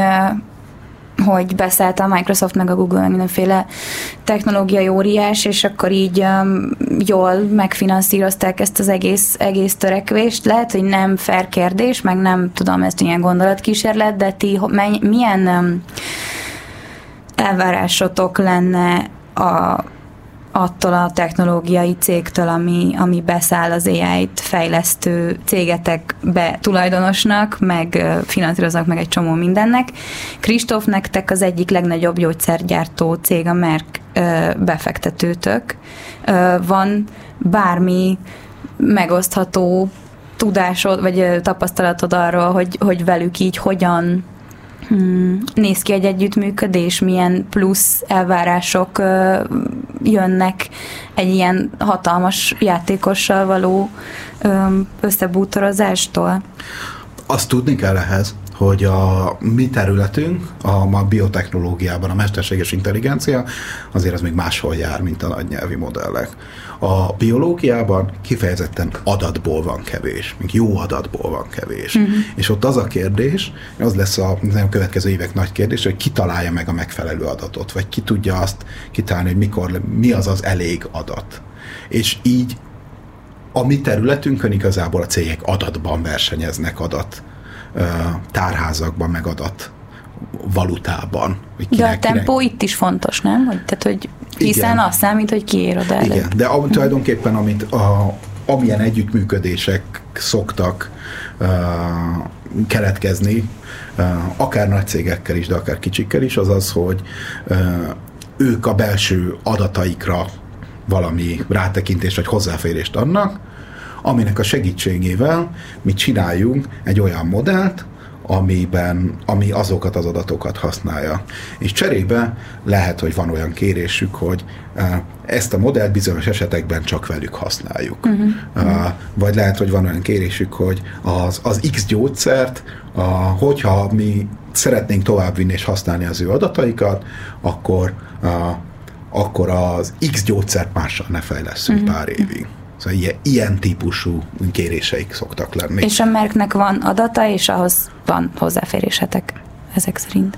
hogy beszállt a Microsoft meg a Google mindenféle technológiai óriás, és akkor így jól megfinanszírozták ezt az egész törekvést. Lehet, hogy nem fair kérdés, meg nem tudom, ezt ilyen gondolatkísérlet, de ti milyen elvárásotok lenne attól a technológiai cégtől, ami beszáll az AI-t fejlesztő cégetekbe tulajdonosnak, meg finanszíroznak meg egy csomó mindennek. Kristóf, nektek az egyik legnagyobb gyógyszergyártó cég, a Merck befektetőtök. Van bármi megosztható tudásod, vagy tapasztalatod arról, hogy velük így hogyan néz ki egy együttműködés, milyen plusz elvárások jönnek egy ilyen hatalmas játékossal való összebútorozástól? Azt tudni kell ehhez, hogy a mi területünk, a biotechnológiában a mesterséges intelligencia, azért az még máshol jár, mint a nagy nyelvi modellek. A biológiában kifejezetten adatból van kevés, még jó adatból van kevés. És ott az a kérdés, az lesz a következő évek nagy kérdés, hogy ki találja meg a megfelelő adatot, vagy ki tudja azt kitalálni, hogy mi az elég adat. És így a mi területünkön igazából a cégek adatban versenyeznek, tárházakban, meg valutában. De a tempó itt is fontos, nem? Tehát, hiszen az számít, hogy kiér oda előtt. Igen, de tulajdonképpen amilyen együttműködések szoktak keletkezni, akár nagy cégekkel is, de akár kicsikkel is, az az, hogy ők a belső adataikra valami rátekintést vagy hozzáférést adnak, aminek a segítségével mi csináljunk egy olyan modellt, ami azokat az adatokat használja. És cserébe lehet, hogy van olyan kérésük, hogy ezt a modellt bizonyos esetekben csak velük használjuk. Vagy lehet, hogy van olyan kérésük, hogy az X gyógyszert, hogyha mi szeretnénk továbbvinni és használni az ő adataikat, akkor az X gyógyszert mással ne fejlesszünk pár évig. Szóval ilyen típusú kéréseik szoktak lenni. És a Mercknek van adata, és ahhoz van hozzáférésetek ezek szerint?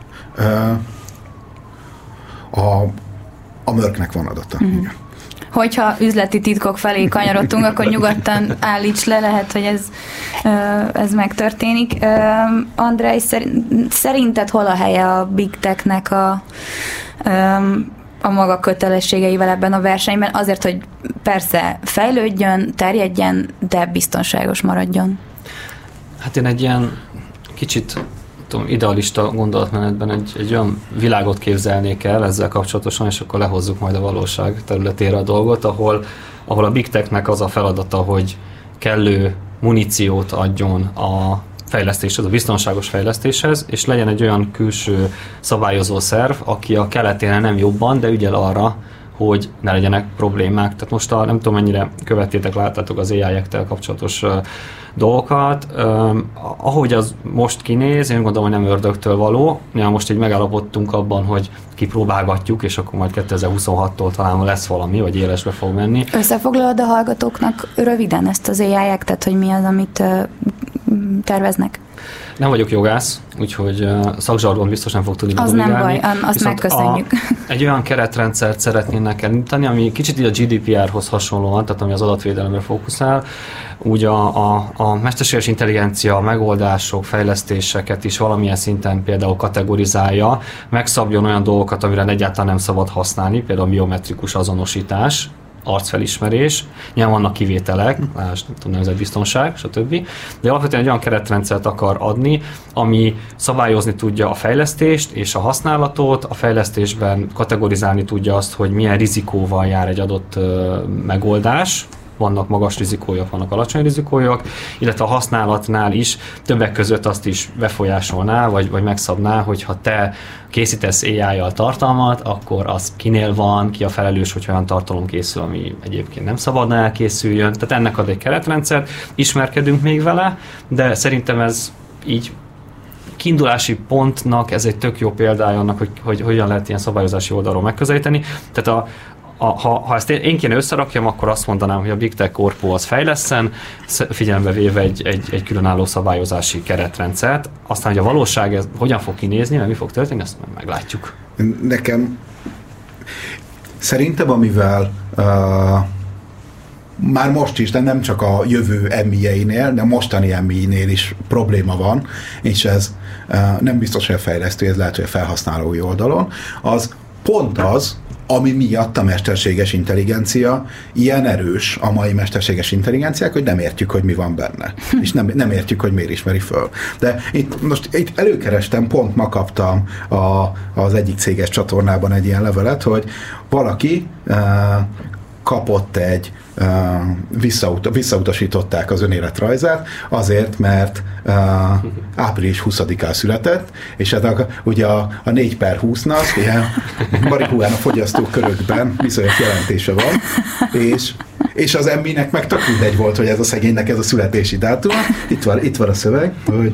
A Mercknek van adata. Igen. Hogyha üzleti titkok felé kanyarodtunk, akkor nyugodtan állíts le, lehet, hogy ez megtörténik. Andrej, szerinted hol a helye a Big Tech-nek a maga kötelességeivel ebben a versenyben, azért, hogy persze fejlődjön, terjedjen, de biztonságos maradjon? Hát én egy ilyen kicsit idealista gondolatmenetben egy olyan világot képzelnék el ezzel kapcsolatosan, és akkor lehozzuk majd a valóság területére a dolgot, ahol a Big Tech-nek az a feladata, hogy kellő muníciót adjon a fejlesztéshez, a biztonságos fejlesztéshez, és legyen egy olyan külső szabályozó szerv, aki a keleténél nem jobban, de ügyel arra, hogy ne legyenek problémák. Tehát most nem tudom, mennyire követtétek, láttátok az AI-ekkel kapcsolatos dolgokat. Ahogy az most kinéz, én gondolom, hogy nem ördögtől való. Most így megállapodtunk abban, hogy kipróbálgatjuk, és akkor majd 2026-tól talán lesz valami, vagy élesbe fog menni. Összefoglalod a hallgatóknak röviden ezt az AI-et, tehát hogy mi az, amit terveznek? Nem vagyok jogász, úgyhogy szakzsargon biztos nem fog tudni megobligálni. Az nem baj, azt megköszönjük. Egy olyan keretrendszert szeretnének elindítani, ami kicsit így a GDPR-hoz hasonlóan, tehát ami az adatvédelemre fókuszál, úgy a mesterséges intelligencia megoldások, fejlesztéseket is valamilyen szinten például kategorizálja, megszabjon olyan dolgokat, amire egyáltalán nem szabad használni, például a biometrikus azonosítás, arcfelismerés, nyilván vannak kivételek, nemzetbiztonság, stb. De alapvetően egy olyan keretrendszert akar adni, ami szabályozni tudja a fejlesztést és a használatot, a fejlesztésben kategorizálni tudja azt, hogy milyen rizikóval jár egy adott megoldás, vannak magas rizikójak, vannak alacsony rizikójak, illetve a használatnál is többek között azt is befolyásolná, vagy megszabná, hogy ha te készítesz AI-jal tartalmat, akkor az kinél van, ki a felelős, hogyha olyan tartalom készül, ami egyébként nem szabadna elkészüljön. Tehát ennek ad egy keretrendszert, ismerkedünk még vele, de szerintem ez így kiindulási pontnak ez egy tök jó példája annak, hogy hogyan lehet ilyen szabályozási oldalról megközelíteni. Tehát ha ezt én kéne összerakjam, akkor azt mondanám, hogy a Big Tech Corpo az fejlesszen, figyelembe véve egy különálló szabályozási keretrendszert. Aztán, hogy a valóság ez hogyan fog kinézni, mert mi fog történni, ezt meglátjuk. Nekem szerintem, amivel már most is, de nem csak a jövő MI-jeinél, de a mostani MI-nél is probléma van, és ez nem biztos, hogy a fejlesztő, ez lehet, hogy a felhasználói oldalon, az pont az, ami miatt a mesterséges intelligencia ilyen erős, a mai mesterséges intelligenciák, hogy nem értjük, hogy mi van benne. És nem értjük, hogy miért ismeri föl. De itt előkerestem, pont ma kaptam az egyik céges csatornában egy ilyen levelet, hogy valaki kapott visszautasították az önéletrajzát azért, mert április 20-án született, és hát ugye a 4/20-nak ilyen marihuána fogyasztó körökben bizonyos jelentése van, és az MI-nek meg tök mindegy volt, hogy ez a szegénynek ez a születési dátum. Itt van a szöveg, hogy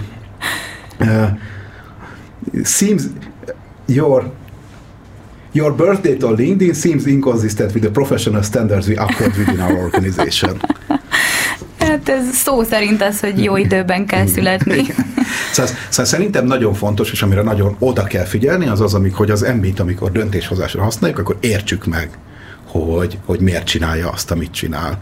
seems your birth date on LinkedIn seems inconsistent with the professional standards we uphold within our organization. Hát ez szó szerint az, hogy jó időben kell születni. Szóval szerintem nagyon fontos, és amire nagyon oda kell figyelni, az, hogy az MI-t, amikor döntéshozásra használjuk, akkor értsük meg, hogy miért csinálja azt, amit csinál.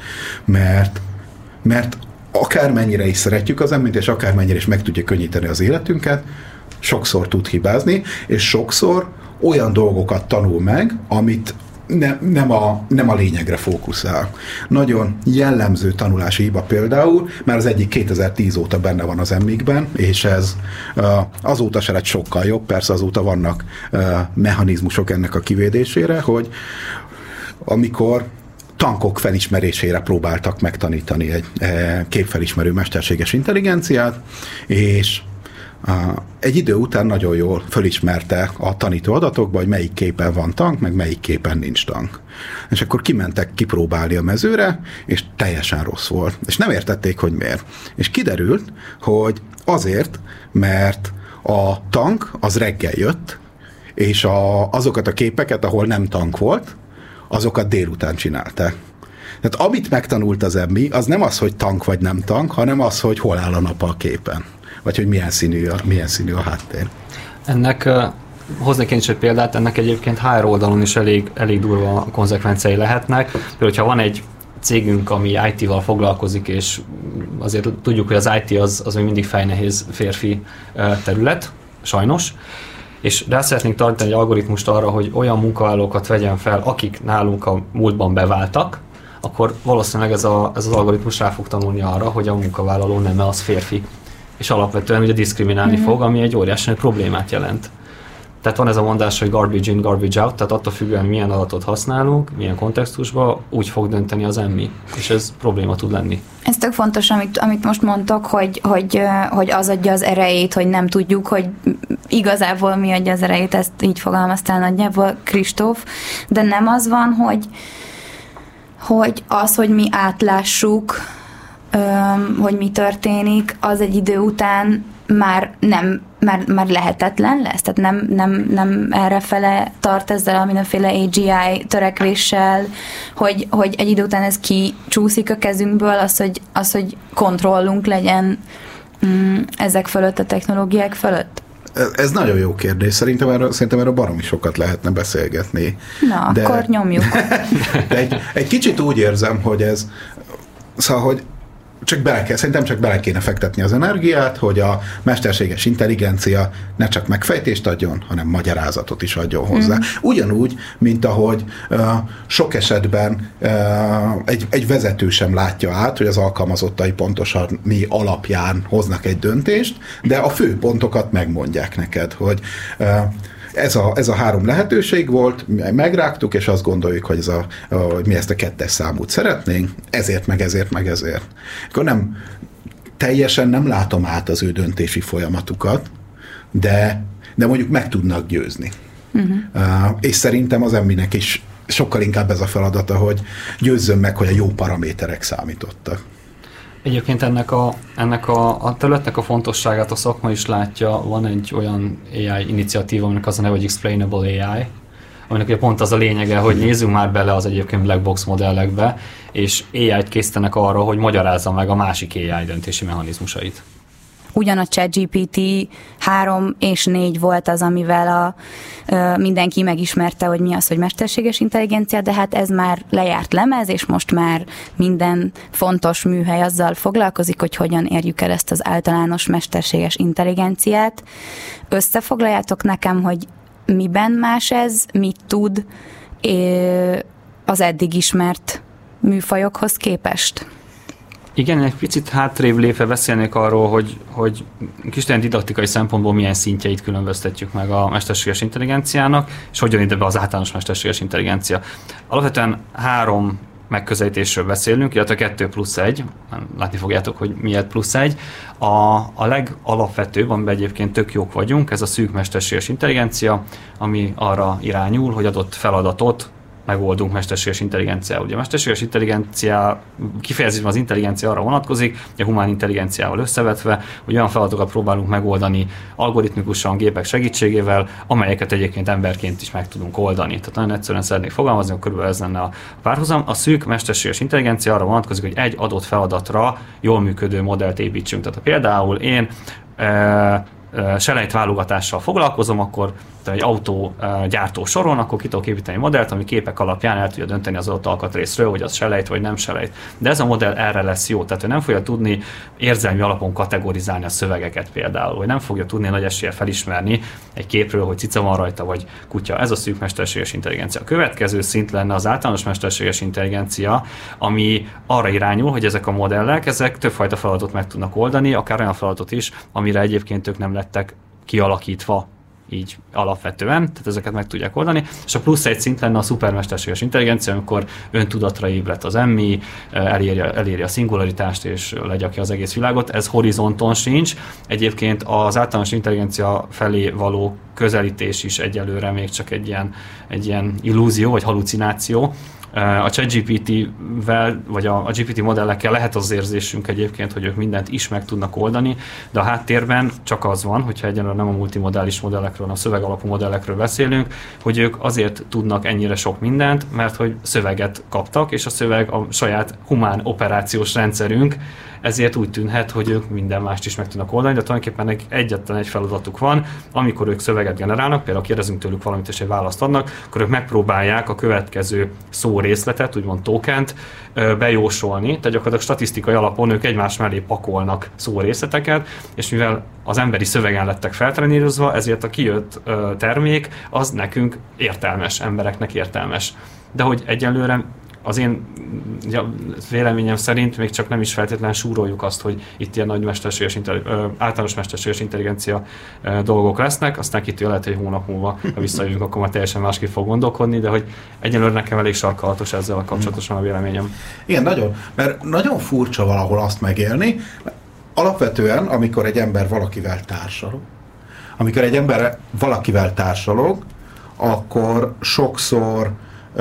Mert akármennyire is szeretjük az MI-t, és akármennyire is meg tudja könnyíteni az életünket, sokszor tud hibázni, és sokszor olyan dolgokat tanul meg, amit nem a lényegre fókuszál. Nagyon jellemző tanulási hiba például, mert az egyik 2010 óta benne van az MI-kben, és ez azóta se lett sokkal jobb, persze azóta vannak mechanizmusok ennek a kivédésére, hogy amikor tankok felismerésére próbáltak megtanítani egy képfelismerő mesterséges intelligenciát, és egy idő után nagyon jól fölismerte a tanító adatokba, hogy melyik képen van tank, meg melyik képen nincs tank. És akkor kimentek kipróbálni a mezőre, és teljesen rossz volt. És nem értették, hogy miért. És kiderült, hogy azért, mert a tank az reggel jött, és azokat a képeket, ahol nem tank volt, azokat délután csinálták. Tehát amit megtanult az MI, az nem az, hogy tank vagy nem tank, hanem az, hogy hol áll a nap a képen. Vagy hogy milyen színű a háttér. Ennek hoznék én is egy példát, ennek egyébként HR oldalon is elég durva konzekvenciái lehetnek. Például, hogyha van egy cégünk, ami IT-val foglalkozik, és azért tudjuk, hogy az IT az még mindig fejnehéz férfi terület, sajnos, és rá szeretnénk tartani egy algoritmust arra, hogy olyan munkavállalókat vegyen fel, akik nálunk a múltban beváltak, akkor valószínűleg ez az algoritmus rá fog tanulni arra, hogy a munkavállaló neme az férfi. És alapvetően ugye diszkriminálni fog, ami egy óriási problémát jelent. Tehát van ez a mondás, hogy garbage in, garbage out, tehát attól függően milyen adatot használunk, milyen kontextusban, úgy fog dönteni az MI, és ez probléma tud lenni. Ez tök fontos, amit most mondtok, hogy az adja az erejét, hogy nem tudjuk, hogy igazából mi adja az erejét, ezt így fogalmaztál nagyjából, Kristóf, de nem az van, hogy az, hogy mi átlássuk, hogy mi történik, az egy idő után már lehetetlen lesz, tehát nem errefele tart ezzel a mindenféle AGI törekvéssel, hogy egy idő után ez kicsúszik a kezünkből, az, hogy kontrollunk legyen Ezek fölött, a technológiák fölött? Ez nagyon jó kérdés. Szerintem erről baromi sokat lehetne beszélgetni. Na, akkor nyomjuk. De egy kicsit úgy érzem, hogy ez... Szóval, hogy szerintem csak bele kéne fektetni az energiát, hogy a mesterséges intelligencia ne csak megfejtést adjon, hanem magyarázatot is adjon hozzá. Ugyanúgy, mint ahogy sok esetben egy vezető sem látja át, hogy az alkalmazottai pontosan mi alapján hoznak egy döntést, de a fő pontokat megmondják neked, hogy ez a 3 lehetőség volt, megrágtuk, és azt gondoljuk, hogy mi ezt a 2-es számút szeretnénk, ezért, meg ezért, meg ezért. Akkor teljesen nem látom át az ő döntési folyamatukat, de mondjuk meg tudnak győzni. És szerintem az emminek is sokkal inkább ez a feladata, hogy győzzön meg, hogy a jó paraméterek számítottak. Egyébként ennek a területnek a fontosságát a szakma is látja. Van egy olyan AI iniciatíva, aminek az a neve, hogy Explainable AI, aminek ugye pont az a lényege, hogy nézzünk már bele az egyébként black box modellekbe, és AI-t készítenek arra, hogy magyarázza meg a másik AI döntési mechanizmusait. Ugyan a ChatGPT 3 és 4 volt az, amivel mindenki megismerte, hogy mi az, hogy mesterséges intelligencia, de hát ez már lejárt lemez, és most már minden fontos műhely azzal foglalkozik, hogy hogyan érjük el ezt az általános mesterséges intelligenciát. Összefoglaljátok nekem, hogy miben más ez, mit tud az eddig ismert műfajokhoz képest? Igen, egy picit hátrébb lépve beszélnék arról, hogy kis didaktikai szempontból milyen szintjeit különböztetjük meg a mesterséges intelligenciának, és hogyan ide be az általános mesterséges intelligencia. Alapvetően 3 megközelítésről beszélünk, illetve 2+1, látni fogjátok, hogy miért +1. A legalapvetőbb, amiben egyébként tök jók vagyunk, ez a szűk mesterséges intelligencia, ami arra irányul, hogy adott feladatot megoldunk mesterséges intelligenciával. Ugye a mesterséges intelligencia kifejezésben az intelligencia arra vonatkozik, hogy a humán intelligenciával összevetve, hogy olyan feladatokat próbálunk megoldani algoritmikusan, gépek segítségével, amelyeket egyébként emberként is meg tudunk oldani. Tehát nagyon egyszerűen szeretnék fogalmazni, hogy körülbelül ez lenne a párhuzam. A szűk mesterséges intelligencia arra vonatkozik, hogy egy adott feladatra jól működő modellt építsünk. Tehát például én selejtválogatással foglalkozom, akkor egy autógyártó soron, akkor ki tudok építeni modellt, ami képek alapján el tudja dönteni az adott alkatrészről, hogy az selejt vagy nem selejt. De ez a modell erre lesz jó, tehát ő nem fogja tudni érzelmi alapon kategorizálni a szövegeket például, vagy nem fogja tudni nagy eséllyel felismerni egy képről, hogy cica van rajta, vagy kutya. Ez a szűk mesterséges intelligencia. A következő szint lenne az általános mesterséges intelligencia, ami arra irányul, hogy ezek a modellek, ezek többfajta feladatot meg tudnak oldani, akár olyan feladatot is, amire egyébként ők nem lettek kialakítva így alapvetően, tehát ezeket meg tudják oldani, és a +1 szint lenne a szupermesterséges intelligencia, amikor öntudatra ébredt az emmi, eléri a szingularitást, és legyakja az egész világot. Ez horizonton sincs. Egyébként az általános intelligencia felé való közelítés is egyelőre még csak egy ilyen illúzió, vagy hallucináció. A ChatGPT-vel, vagy a GPT modellekkel lehet az érzésünk egyébként, hogy ők mindent is meg tudnak oldani, de a háttérben csak az van, hogyha egyenlően nem a multimodális modellekről, hanem a szövegalapú modellekről beszélünk, hogy ők azért tudnak ennyire sok mindent, mert hogy szöveget kaptak, és a szöveg a saját humán operációs rendszerünk, ezért úgy tűnhet, hogy ők minden mást is meg tudnak oldani, de tulajdonképpen egyetlen egy feladatuk van, amikor ők szöveget generálnak, például kérdezünk tőlük valamit és egy választ adnak, akkor ők megpróbálják a következő szórészletet, úgymond tokent bejósolni, tehát gyakorlatilag statisztikai alapon ők egymás mellé pakolnak szórészleteket, és mivel az emberi szövegen lettek feltrenírozva, ezért a kijött termék az nekünk értelmes, embereknek értelmes. De hogy egyelőre az én véleményem szerint még csak nem is feltétlenül súroljuk azt, hogy itt ilyen nagy általános mesterséges intelligencia dolgok lesznek, aztán kitől lehet, hogy hónap múlva, ha visszajövünk, akkor már teljesen másképp fog gondolkodni, de hogy egyelőre nekem elég sarkalatos ezzel a kapcsolatosan a véleményem. Igen, nagyon, mert nagyon furcsa valahol azt megélni, alapvetően, amikor egy ember valakivel társalog, akkor sokszor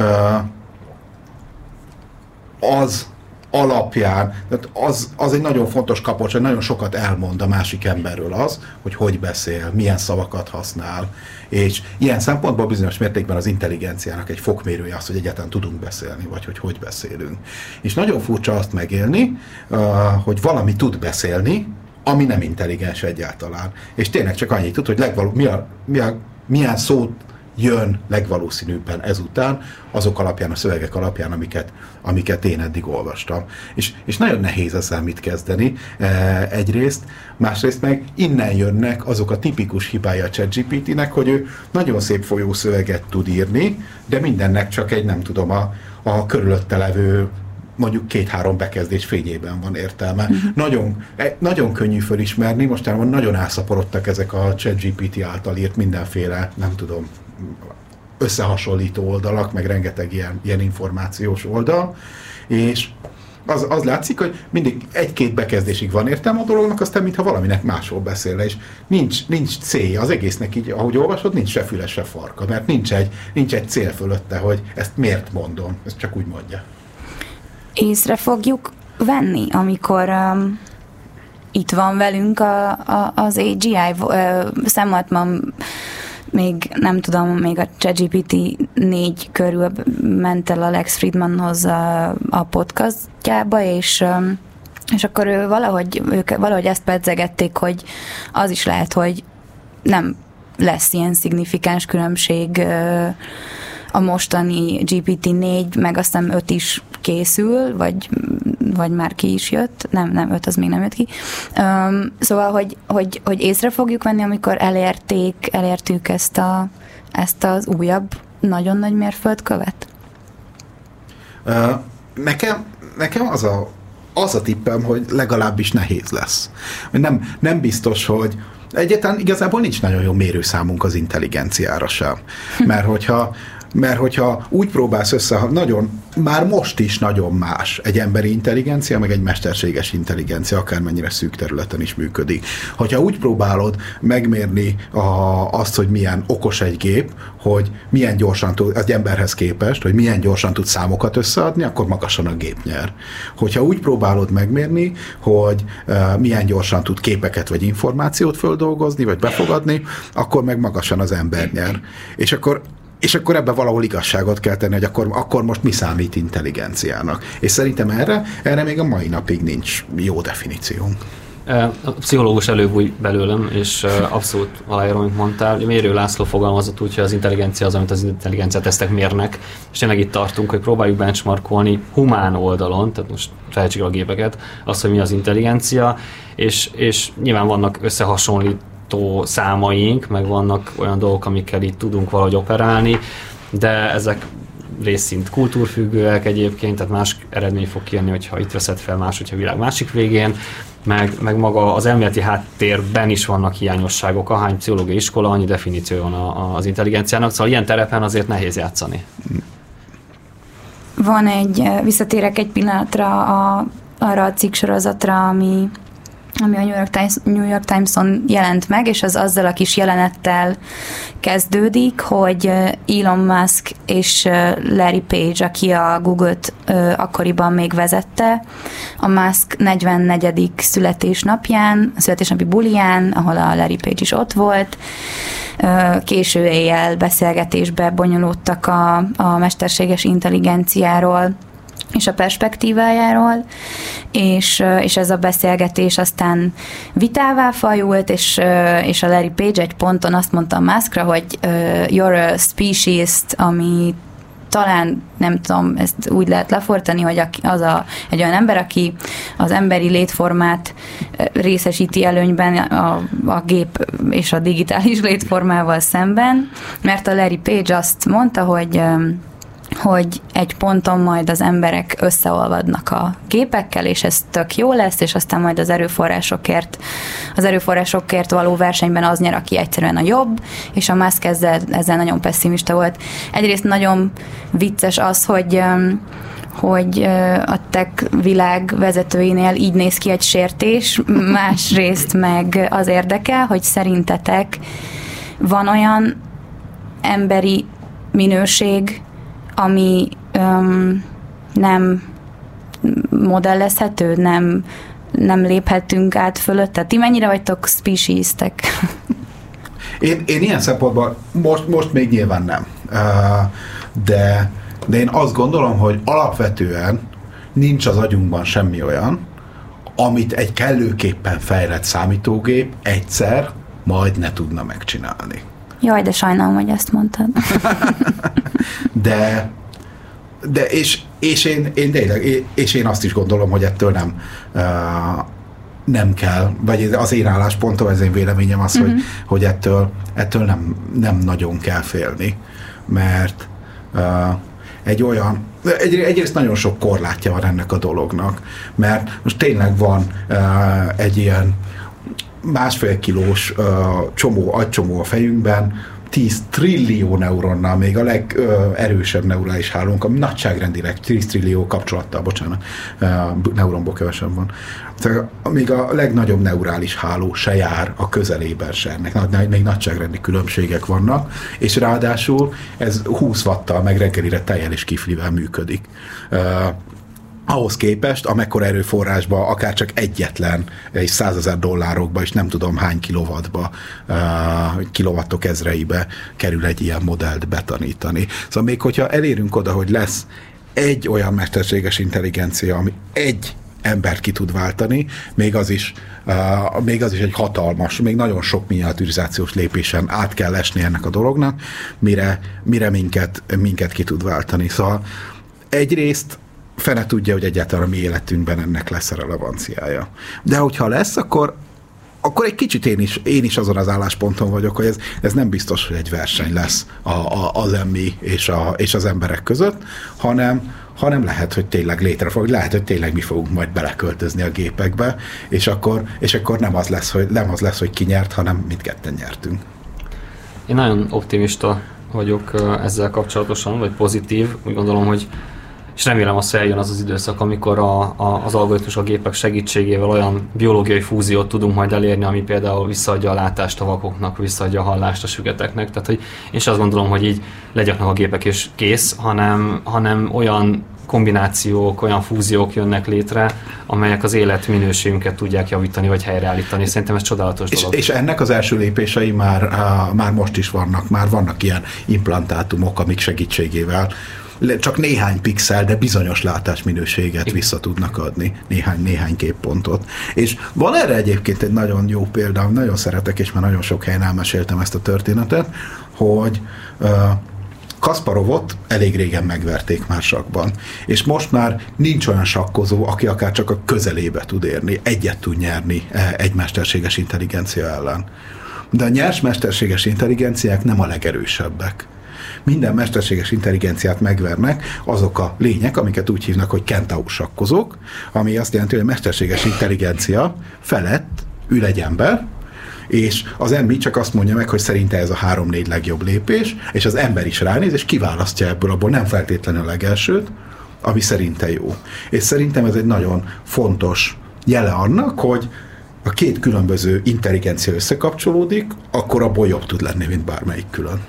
az alapján, az egy nagyon fontos kapocs, hogy nagyon sokat elmond a másik emberről az, hogy beszél, milyen szavakat használ, és ilyen szempontból bizonyos mértékben az intelligenciának egy fokmérője az, hogy egyáltalán tudunk beszélni, vagy hogy beszélünk. És nagyon furcsa azt megélni, hogy valami tud beszélni, ami nem intelligens egyáltalán. És tényleg csak annyit tud, hogy milyen szót jön legvalószínűbben ezután, azok alapján, a szövegek alapján, amiket én eddig olvastam. És nagyon nehéz ezzel mit kezdeni egyrészt, másrészt meg innen jönnek azok a tipikus hibája a ChatGPT-nek, hogy ő nagyon szép folyószöveget tud írni, de mindennek csak egy, nem tudom, a körülötte levő mondjuk 2-3 bekezdés fényében van értelme. Nagyon könnyű fölismerni, mostanában nagyon elszaporodtak ezek a ChatGPT által írt mindenféle, nem tudom, összehasonlító oldalak, meg rengeteg ilyen információs oldal, és az látszik, hogy mindig 1-2 bekezdésig van értelme a dolognak, aztán mintha valaminek másról beszélne, és nincs célja, az egésznek így, ahogy olvasod, nincs se füle, se farka, mert nincs egy cél fölötte, hogy ezt miért mondom, ezt csak úgy mondja. Észre fogjuk venni, amikor itt van velünk az AGI, számoltam, még nem tudom, még a ChatGPT 4 körül ment el Alex Friedmanhoz a podcastjába, és akkor ők valahogy ezt pedzegették, hogy az is lehet, hogy nem lesz ilyen szignifikáns különbség a mostani GPT-4, meg aztán 5 is készül, vagy már ki is jött. Nem, 5 az még nem jött ki. Szóval, hogy észre fogjuk venni, amikor elértük ezt az újabb, nagyon nagy mérföldkövet? Nekem az a tippem, hogy legalábbis nehéz lesz. Nem biztos, hogy egyáltalán igazából nincs nagyon jó mérőszámunk az intelligenciára sem. Mert hogyha úgy próbálsz már most is nagyon más egy emberi intelligencia, meg egy mesterséges intelligencia, akármennyire szűk területen is működik. Hogyha úgy próbálod megmérni azt, hogy milyen okos egy gép, hogy milyen gyorsan tud, az emberhez képest, hogy milyen gyorsan tud számokat összeadni, akkor magasan a gép nyer. Hogyha úgy próbálod megmérni, hogy milyen gyorsan tud képeket vagy információt földolgozni, vagy befogadni, akkor meg magasan az ember nyer. És akkor ebben valahol igazságot kell tenni, hogy akkor most mi számít intelligenciának. És szerintem erre még a mai napig nincs jó definíciónk. A pszichológus előbúj belőlem, és abszolút aláírom, amit mondtál. Mérő László fogalmazott úgy, hogy az intelligencia az, amit az intelligencia tesztek mérnek, és tényleg itt tartunk, hogy próbáljuk benchmarkolni humán oldalon, tehát most felejtsük a gépeket, azt, hogy mi az intelligencia, és nyilván vannak összehasonlító számaink, meg vannak olyan dolgok, amikkel itt tudunk valahogy operálni, de ezek részint kultúrfüggőek egyébként, tehát más eredmény fog kijönni, hogyha itt veszed fel, más, hogyha a világ másik végén, meg maga az elméleti háttérben is vannak hiányosságok, ahány pszichológiai iskola, annyi definíció van az intelligenciának, szóval ilyen terepen azért nehéz játszani. Van visszatérek egy pillanatra arra a cikksorozatra, ami a New York Times-on jelent meg, és az azzal a kis jelenettel kezdődik, hogy Elon Musk és Larry Page, aki a Google-t akkoriban még vezette, a Musk 44. születésnapján, a születésnapi buliján, ahol a Larry Page is ott volt, késő éjjel beszélgetésbe bonyolódtak a mesterséges intelligenciáról, és a perspektívájáról, és ez a beszélgetés aztán vitává fajult, és a Larry Page egy ponton azt mondta a Muskra, hogy you're a speciesist, ami talán, nem tudom, ezt úgy lehet lefordítani, hogy egy olyan ember, aki az emberi létformát részesíti előnyben a gép és a digitális létformával szemben, mert a Larry Page azt mondta, hogy egy ponton majd az emberek összeolvadnak a gépekkel, és ez tök jó lesz, és aztán majd az erőforrásokért való versenyben az nyer, aki egyszerűen a jobb, és a Musk ezzel nagyon pessimista volt. Egyrészt nagyon vicces az, hogy a tech világ vezetőinél így néz ki egy sértés, másrészt meg az érdekel, hogy szerintetek van olyan emberi minőség, ami nem modellezhető, nem léphetünk át fölötte. Ti mennyire vagytok speciestek? Én ilyen szempontból most még nyilván nem. De én azt gondolom, hogy alapvetően nincs az agyunkban semmi olyan, amit egy kellőképpen fejlett számítógép egyszer majd ne tudna megcsinálni. Jaj, de sajnálom, hogy ezt mondtad. és én azt is gondolom, hogy ettől nem kell, vagy az én álláspontom, az én véleményem az, hogy ettől nem nagyon kell félni, mert egyrészt nagyon sok korlátja van ennek a dolognak, mert most tényleg van egy ilyen 1,5 kilós agycsomó a fejünkben, 10 trillió neuronnal, még a legerősebb neurális hálónk, ami nagyságrendileg 10 trillió kapcsolattal, neuronból kevesebb van. Tehát még a legnagyobb neurális háló se jár a közelében se. Ennek még nagyságrendi különbségek vannak, és ráadásul ez 20 watttal meg reggelire tejjel és kiflivel működik. Ahhoz képest, amekkora erőforrásba, akár csak egyetlen, és $100,000 és nem tudom hány kilowattba, kilowattok ezreibe kerül egy ilyen modellt betanítani. Szóval még hogyha elérünk oda, hogy lesz egy olyan mesterséges intelligencia, ami egy embert ki tud váltani, még az is egy hatalmas, még nagyon sok miniaturizációs lépésen át kell esni ennek a dolognak, mire minket ki tud váltani. Szóval egyrészt fene tudja, hogy egyáltalán a mi életünkben ennek lesz a relevanciája. De hogyha lesz, akkor egy kicsit én is azon az állásponton vagyok, hogy ez nem biztos, hogy egy verseny lesz az emmi és az emberek között, hanem lehet, hogy tényleg létre fog, lehet, hogy tényleg mi fogunk majd beleköltözni a gépekbe, és akkor nem az lesz, hogy ki nyert, hanem mindketten nyertünk. Én nagyon optimista vagyok ezzel kapcsolatosan, vagy pozitív. Úgy gondolom, hogy és remélem azt, hogy eljön az az időszak, amikor az algoritmus a gépek segítségével olyan biológiai fúziót tudunk majd elérni, ami például visszaadja a látást a vakoknak, visszaadja a hallást a sügeteknek. Tehát, hogy én sem azt gondolom, hogy így legyaknak a gépek és kész, hanem olyan kombinációk, olyan fúziók jönnek létre, amelyek az életminőségünket tudják javítani, vagy helyreállítani. Szerintem ez csodálatos dolog. És ennek az első lépései már most is vannak. Már vannak ilyen implantátumok, amik segítségével csak néhány pixel, de bizonyos látásminőséget vissza tudnak adni, néhány képpontot. És van erre egyébként egy nagyon jó példa, nagyon szeretek, és már nagyon sok helyen elmeséltem ezt a történetet, hogy Kasparovot elég régen megverték már sakkban. És most már nincs olyan sakkozó, aki akár csak a közelébe tud érni, egyet tud nyerni egy mesterséges intelligencia ellen. De a nyers mesterséges intelligenciák nem a legerősebbek. Minden mesterséges intelligenciát megvernek azok a lények, amiket úgy hívnak, hogy kentaur sakkozók, ami azt jelenti, hogy a mesterséges intelligencia felett ül egy ember, és az emmi csak azt mondja meg, hogy szerinte ez a 3-4 legjobb lépés, és az ember is ránéz, és kiválasztja ebből, abból nem feltétlenül a legelsőt, ami szerinte jó. És szerintem ez egy nagyon fontos jele annak, hogy a két különböző intelligencia összekapcsolódik, akkor abból jobb tud lenni, mint bármelyik külön.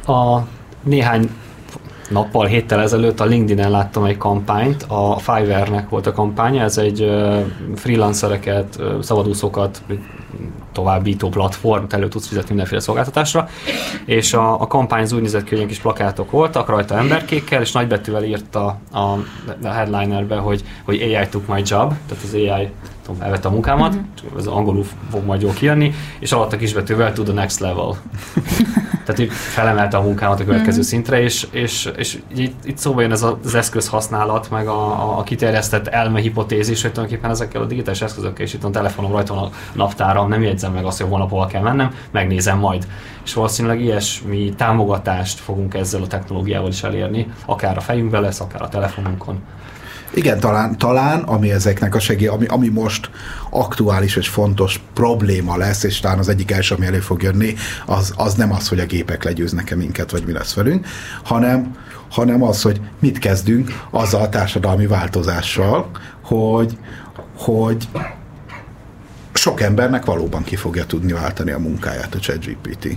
Néhány nappal, héttel ezelőtt a LinkedIn-en láttam egy kampányt, a Fiverr-nek volt a kampánya, ez egy freelancereket, szabadúszókat továbbító platform, elő tudsz fizetni mindenféle szolgáltatásra, és a kampány az úgy nézett ki, hogy ilyen kis plakátok voltak, rajta emberkékkel, és nagybetűvel írta a headlinerbe, hogy AI took my job, tehát az AI elvette a munkámat, az angolul fog majd jól kijönni, és alatt a kisbetűvel to the next level. Tehát így felemelte a munkámat a következő szintre, és itt szóba jön ez az eszközhasználat, meg a kiterjesztett elmehipotézis, hogy tulajdonképpen ezekkel a digitális eszközökkel, és itt a telefonom rajta van a naptáram, nem jegyzem meg azt, hogy holnap hol kell mennem, megnézem majd. És valószínűleg ilyesmi támogatást fogunk ezzel a technológiával is elérni, akár a fejünkben lesz, akár a telefonunkon. Igen, talán ami ezeknek a ami most aktuális és fontos probléma lesz, és talán az egyik első, ami elő fog jönni, az nem az, hogy a gépek legyőznek-e minket, vagy mi lesz velünk, hanem az, hogy mit kezdünk azzal a társadalmi változással, hogy sok embernek valóban ki fogja tudni váltani a munkáját a ChatGPT.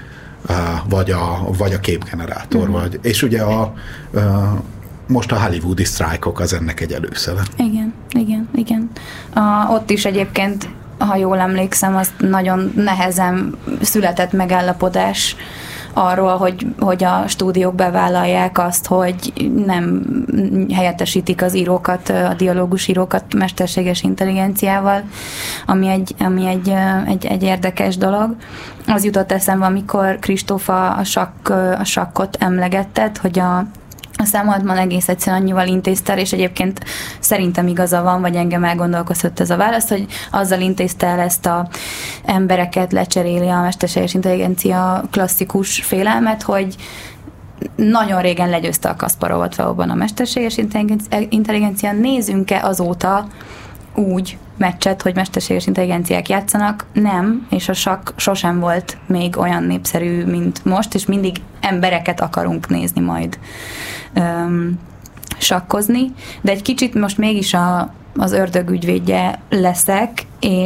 Vagy a képgenerátor. És ugye most a hollywoodi sztrájkok az ennek egy előszele. Igen. Ott is egyébként, ha jól emlékszem, az nagyon nehezen született megállapodás arról, hogy a stúdiók bevállalják azt, hogy nem helyettesítik az írókat, a dialógus írókat mesterséges intelligenciával, ami egy érdekes dolog. Az jutott eszembe, amikor Kristófa a sakkot emlegetted, hogy a Sam egész egyszerűen annyival intézte el, és egyébként szerintem igaza van, vagy engem elgondolkoztat ez a válasz, hogy azzal intézte el ezt a embereket lecseréli a mesterséges intelligencia klasszikus félelmet, hogy nagyon régen legyőzte a Kasparovot valóban a mesterséges intelligencia. Nézzünk-e azóta úgy meccset, hogy mesterséges intelligenciák játszanak? Nem, és a sakk sosem volt még olyan népszerű, mint most, és mindig embereket akarunk nézni majd sakkozni, de egy kicsit most mégis az ördög ügyvédje leszek,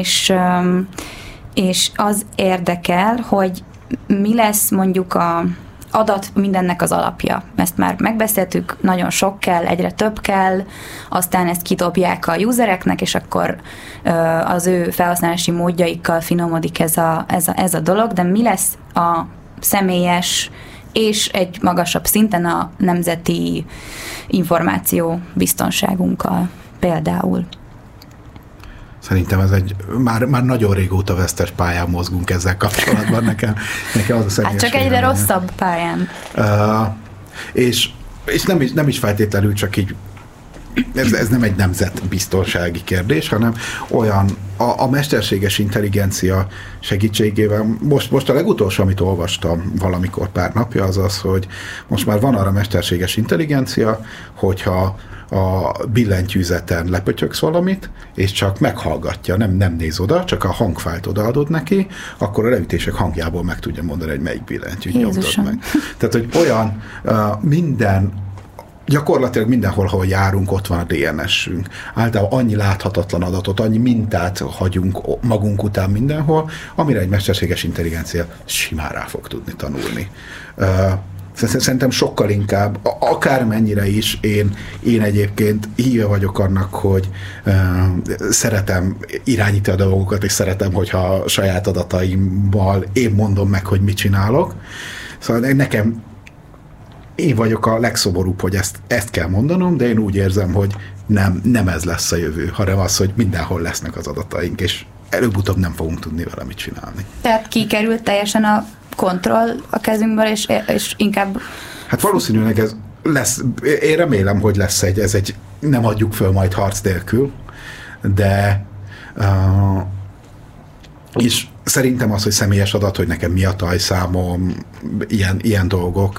és az érdekel, hogy mi lesz mondjuk a adat mindennek az alapja. Ezt már megbeszéltük, nagyon sok kell, egyre több kell, aztán ezt kidobják a usereknek, és akkor az ő felhasználási módjaikkal finomodik ez a dolog, de mi lesz a személyes és egy magasabb szinten a nemzeti információ biztonságunkkal például? Szerintem ez már nagyon régóta vesztes pályán mozgunk ezzel kapcsolatban. Nekem az a személyes csak egyre rosszabb pályán. És nem is feltétlenül csak így, ez nem egy nemzetbiztonsági kérdés, hanem olyan a mesterséges intelligencia segítségével, most a legutolsó, amit olvastam valamikor pár napja, az, hogy most már van arra mesterséges intelligencia, hogyha a billentyűzeten lepötyöksz valamit, és csak meghallgatja, nem néz oda, csak a hangfájlt odaadod neki, akkor a leütések hangjából meg tudja mondani, hogy melyik billentyűt nyomtad meg. Tehát, hogy olyan gyakorlatilag mindenhol, ahol járunk, ott van a DNS-ünk. Általában annyi láthatatlan adatot, annyi mintát hagyunk magunk után mindenhol, amire egy mesterséges intelligencia simán rá fog tudni tanulni. Szerintem sokkal inkább, akármennyire is én egyébként híve vagyok annak, hogy szeretem irányítani a dolgokat, és szeretem, hogyha a saját adataimmal én mondom meg, hogy mit csinálok. Szóval nekem én vagyok a legszomorúbb, hogy ezt kell mondanom, de én úgy érzem, hogy nem ez lesz a jövő, hanem az, hogy mindenhol lesznek az adataink, és előbb-utóbb nem fogunk tudni vele mit csinálni. Tehát kikerült teljesen a kontroll a kezünkből, és inkább... Hát valószínűleg ez lesz, én remélem, hogy lesz egy nem adjuk föl majd harc nélkül, de és szerintem az, hogy személyes adat, hogy nekem mi a tajszámom, ilyen dolgok,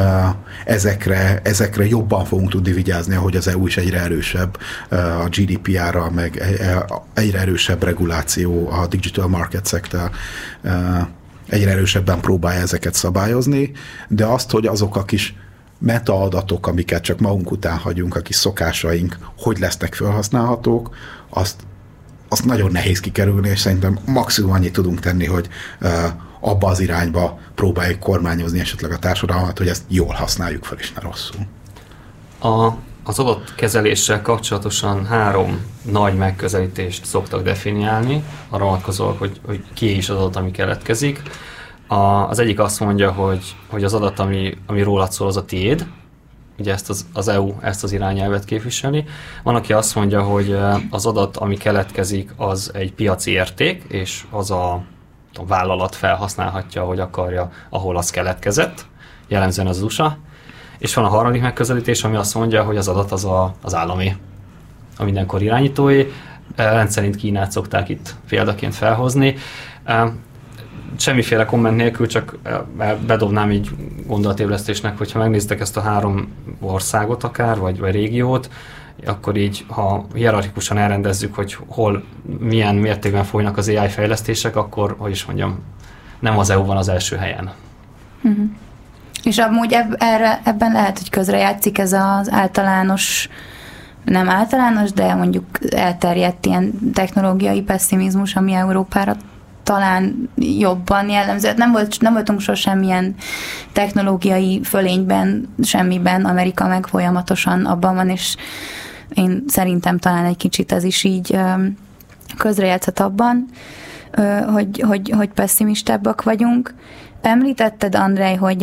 ezekre jobban fogunk tudni vigyázni, ahogy az EU is egyre erősebb a GDPR-ra, meg egyre erősebb reguláció a Digital Markets Act-tel, egyre erősebben próbálja ezeket szabályozni, de azt, hogy azok a kis metaadatok, amiket csak magunk után hagyunk, a kis szokásaink, hogy lesznek felhasználhatók, azt nagyon nehéz kikerülni, és szerintem maximum annyit tudunk tenni, hogy abba az irányba próbáljuk kormányozni esetleg a társadalmat, hogy ezt jól használjuk fel, és ne rosszul. Az adatkezeléssel kapcsolatosan 3 nagy megközelítést szoktak definiálni, arra vonatkozóan, hogy ki is az adat, ami keletkezik. Az egyik azt mondja, hogy az adat, ami rólad szól, az a tiéd. Ugye az EU ezt az irányelvet képviseli. Van, aki azt mondja, hogy az adat, ami keletkezik, az egy piaci érték, és az a vállalat felhasználhatja, ahogy akarja, ahol az keletkezett, jellemzően az USA. És van a harmadik megközelítés, ami azt mondja, hogy az adat az állami, a mindenkor irányítói. Rendszerint Kínát szokták itt példaként felhozni. Semmiféle komment nélkül, csak bedobnám így gondolatébresztésnek, hogyha megnézitek ezt a 3 országot akár, vagy régiót, akkor így, ha hierarchikusan elrendezzük, hogy hol, milyen mértékben folynak az AI fejlesztések, akkor, hogy is mondjam, nem az EU van az első helyen. Uh-huh. És amúgy ebben lehet, hogy közrejátszik ez az általános, nem általános, de mondjuk elterjedt ilyen technológiai pessimizmus, ami Európára talán jobban jellemző. Nem voltunk sosem ilyen technológiai fölényben, semmiben, Amerika meg folyamatosan abban van, és én szerintem talán egy kicsit ez is így közrejátszott abban, hogy pessimistábbak vagyunk. Említetted, Andrej, hogy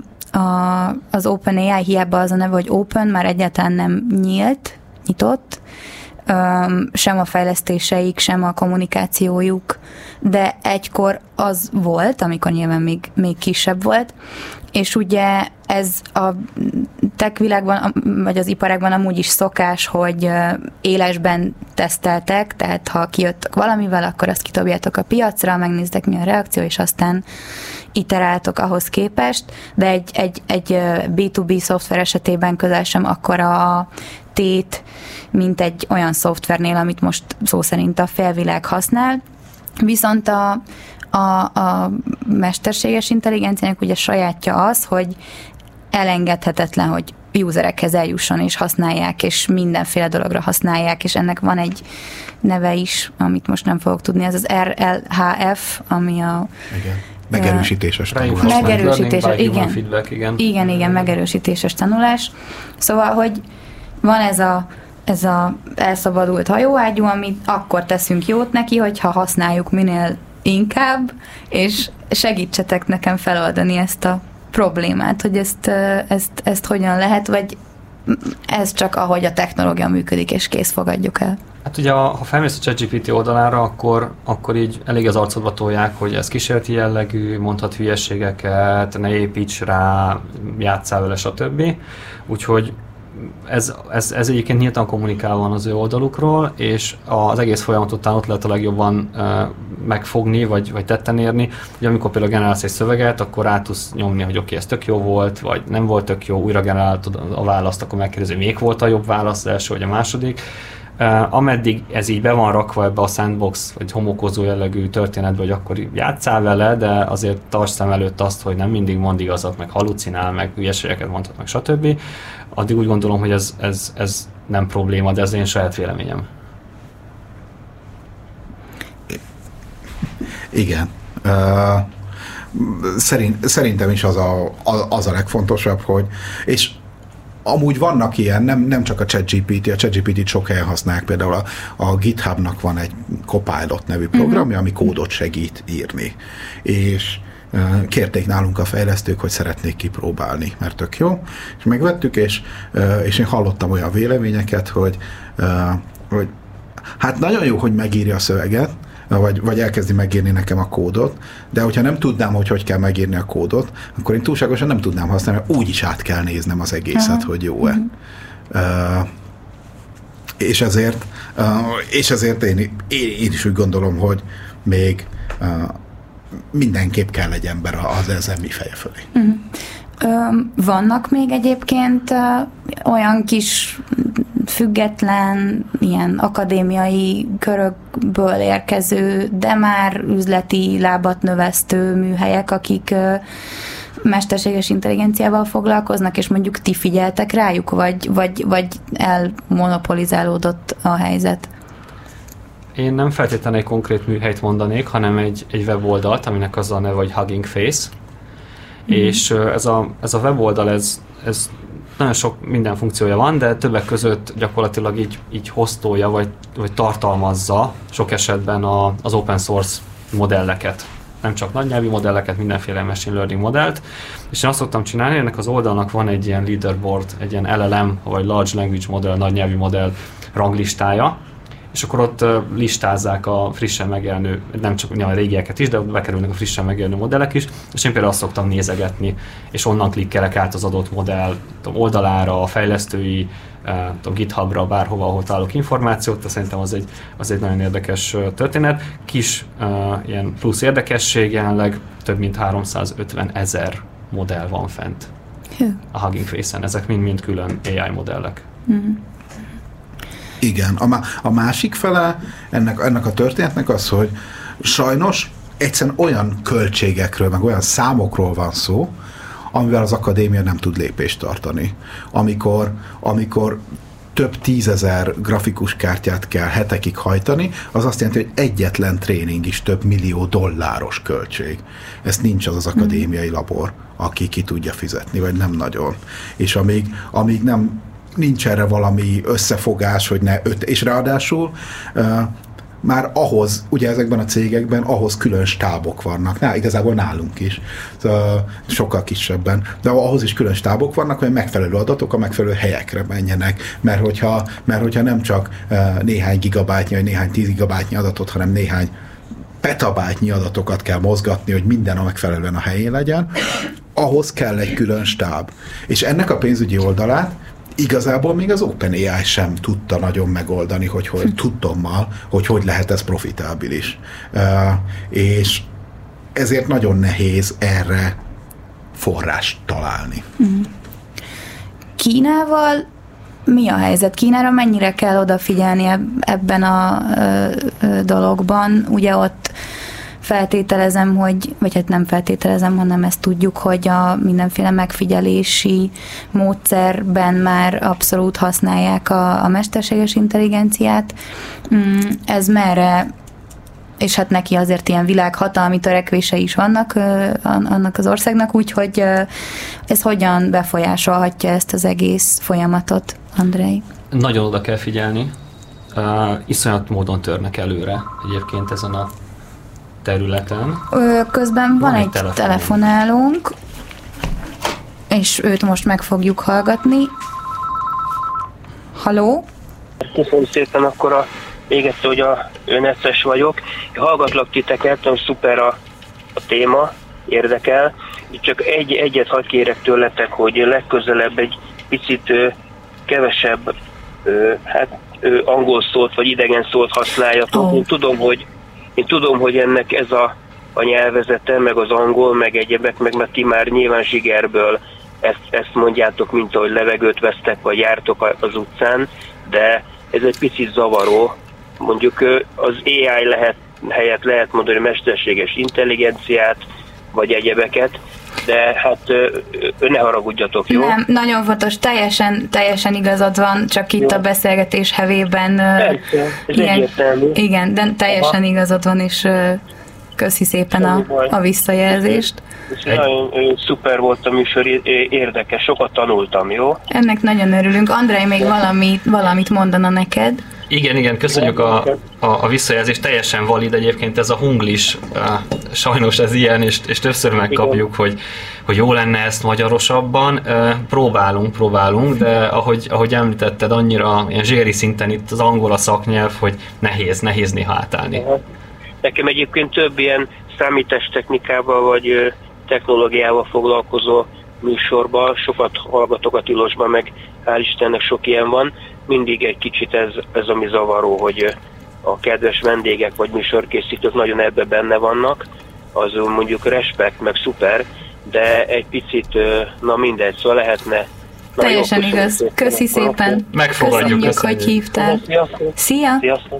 az OpenAI, hiába az a neve, hogy Open, már egyáltalán nem nyitott, sem a fejlesztéseik, sem a kommunikációjuk, de egykor az volt, amikor nyilván még kisebb volt, és ugye ez a tech világban, vagy az iparágban amúgy is szokás, hogy élesben teszteltek, tehát ha kijöttök valamivel, akkor azt kitobjátok a piacra, megnéztek mi a reakció, és aztán iteráltok ahhoz képest, de egy B2B szoftver esetében közel sem akkora a tét, mint egy olyan szoftvernél, amit most szó szerint a félvilág használ. Viszont a mesterséges intelligenciának ugye sajátja az, hogy elengedhetetlen, hogy userekhez eljusson és használják, és mindenféle dologra használják, és ennek van egy neve is, amit most nem fogok tudni, ez az RLHF, ami a... Igen. Megerősítéses tanulás. Megerősítéses, igen, megerősítéses tanulás. Szóval, hogy van ez a elszabadult hajóágyú, amit akkor teszünk jót neki, hogyha használjuk minél inkább, és segítsetek nekem feloldani ezt a problémát, hogy ezt hogyan lehet, vagy ez csak ahogy a technológia működik, és kész, fogadjuk el. Hát ugye, ha felmész a ChatGPT oldalára, akkor így elég az arcodba tolják, hogy ez kísérleti jellegű, mondhat hülyeségeket, ne építs rá, játsszál vele, stb. Úgyhogy ez egyébként nyíltan kommunikálva van az ő oldalukról, és az egész folyamat után ott lehet a legjobban megfogni, vagy tetten érni, hogy amikor például generálsz egy szöveget, akkor rá tudsz nyomni, hogy oké, ez tök jó volt, vagy nem volt tök jó, újra generáltad a választ, akkor megkérdezi, hogy még volt a jobb válasz, az első vagy a második. Ameddig ez így be van rakva ebbe a sandbox, vagy homokozó jellegű történetbe, hogy akkor játsszál vele, de azért tarts szem előtt azt, hogy nem mindig mond igazat, meg halucinál, meg hülyeségeket mondhat, meg stb. Addig úgy gondolom, hogy ez nem probléma, de ez én saját véleményem. Igen. Szerintem is az a legfontosabb, hogy és amúgy vannak ilyen, nem csak a ChatGPT-t sok helyen használják, például a GitHubnak van egy Copilot nevű programja, ami kódot segít írni. És kérték nálunk a fejlesztők, hogy szeretnék kipróbálni, mert tök jó. És megvettük, és én hallottam olyan véleményeket, hogy hát nagyon jó, hogy megírja a szöveget, vagy elkezdi megírni nekem a kódot, de hogyha nem tudnám, hogy kell megírni a kódot, akkor én túlságosan nem tudnám használni, mert úgyis át kell néznem az egészet, hogy jó-e. És ezért én is úgy gondolom, hogy még mindenképp kell egy ember az SMI feje fölé. Vannak még egyébként olyan kis független, ilyen akadémiai körökből érkező, de már üzleti lábat növesztő műhelyek, akik mesterséges intelligenciával foglalkoznak, és mondjuk ti figyeltek rájuk, vagy elmonopolizálódott a helyzet? Én nem feltétlenül egy konkrét műhelyt mondanék, hanem egy weboldalt, aminek az a neve, hogy Hugging Face. És ez a weboldal, ez nagyon sok minden funkciója van, de többek között gyakorlatilag így hostolja, vagy tartalmazza sok esetben az open source modelleket. Nem csak nagynyelvi modelleket, mindenféle machine learning modellt. És én azt szoktam csinálni, ennek az oldalnak van egy ilyen leaderboard, egy ilyen LLM, vagy Large Language Model, nagynyelvi modell ranglistája, és akkor ott listázzák a frissen megjelenő, nem csak a régieket is, de bekerülnek a frissen megjelenő modellek is, és én például azt szoktam nézegetni, és onnan klikkelek át az adott modell oldalára, a fejlesztői, a GitHubra, bárhova, ahol találok információt, de szerintem az egy nagyon érdekes történet. Kis ilyen plusz érdekesség, jelenleg több mint 350 000 modell van fent a Hugging Face-en, ezek mind külön AI modellek. Igen, a másik fele ennek a történetnek az, hogy sajnos egyszerűen olyan költségekről, meg olyan számokról van szó, amivel az akadémia nem tud lépést tartani. Amikor több 10 000 grafikus kártyát kell hetekig hajtani, az azt jelenti, hogy egyetlen tréning is több millió dolláros költség. Ez nincs az akadémiai labor, aki ki tudja fizetni, vagy nem nagyon. És amíg nincs erre valami összefogás, hogy és ráadásul már ahhoz, ugye ezekben a cégekben ahhoz külön stábok vannak, igazából nálunk is, sokkal kisebben, de ahhoz is külön stábok vannak, hogy megfelelő adatok a megfelelő helyekre menjenek, mert hogyha nem csak néhány gigabájtnyi, vagy néhány 10 gigabájtnyi adatot, hanem néhány petabájtnyi adatokat kell mozgatni, hogy minden a megfelelően a helyén legyen, ahhoz kell egy külön stáb. És ennek a pénzügyi oldalát igazából még az OpenAI sem tudta nagyon megoldani, hogy tudtommal, hogy lehet ez profitábilis. És ezért nagyon nehéz erre forrást találni. Kínával mi a helyzet? Kínára mennyire kell odafigyelni ebben a dologban? Ugye ott feltételezem, vagy hát nem feltételezem, hanem ezt tudjuk, hogy a mindenféle megfigyelési módszerben már abszolút használják a mesterséges intelligenciát. Ez merre, és hát neki azért ilyen világhatalmi törekvései is vannak annak az országnak, úgyhogy ez hogyan befolyásolhatja ezt az egész folyamatot, Andrej? Nagyon oda kell figyelni. Iszonyat módon törnek előre egyébként ezen a területen. Közben van egy telefonálónk, és őt most meg fogjuk hallgatni. Halló? Köszönöm szépen, akkor még egyszer, hogy öneszes vagyok. Hallgatlak titeket, nagyon szuper a téma, érdekel. Csak egyet hadd kérek tőletek, hogy legközelebb egy picit kevesebb angol szót vagy idegen szót használjatok. Én tudom, hogy ennek ez a nyelvezete, meg az angol, meg egyebek, meg ti már nyilván zsigerből ezt mondjátok, mint ahogy levegőt vesztek, vagy jártok az utcán, de ez egy picit zavaró. Mondjuk az AI helyett lehet mondani mesterséges intelligenciát, vagy egyebeket, de hát ne haragudjatok, jó? Nem, nagyon fontos, teljesen igazad van, csak itt jó. A beszélgetés hevében igen, de teljesen igazad van, és köszi szépen a visszajelzést. Nagyon szuper volt a műsor, érdekes, sokat tanultam, jó? Ennek nagyon örülünk. Andrej még valamit mondana neked. Igen, köszönjük a visszajelzést, teljesen valid egyébként ez a hunglis, sajnos ez ilyen, és többször megkapjuk, hogy jó lenne ezt magyarosabban. Próbálunk, de ahogy említetted, annyira ilyen zséri szinten itt az angol a szaknyelv, hogy nehéz néha átállni. Nekem egyébként több ilyen számítástechnikával vagy technológiával foglalkozó műsorban, sokat hallgatok a Tilosban, meg hál' Istennek sok ilyen van. Mindig egy kicsit ez ami zavaró, hogy a kedves vendégek vagy műsorkészítők nagyon ebbe benne vannak, az mondjuk respekt, meg szuper, de egy picit, na mindegy, szóval lehetne. Teljesen igaz. Köszi szépen. Megfogadjuk, hogy hívtál. Szia! Sziasztok!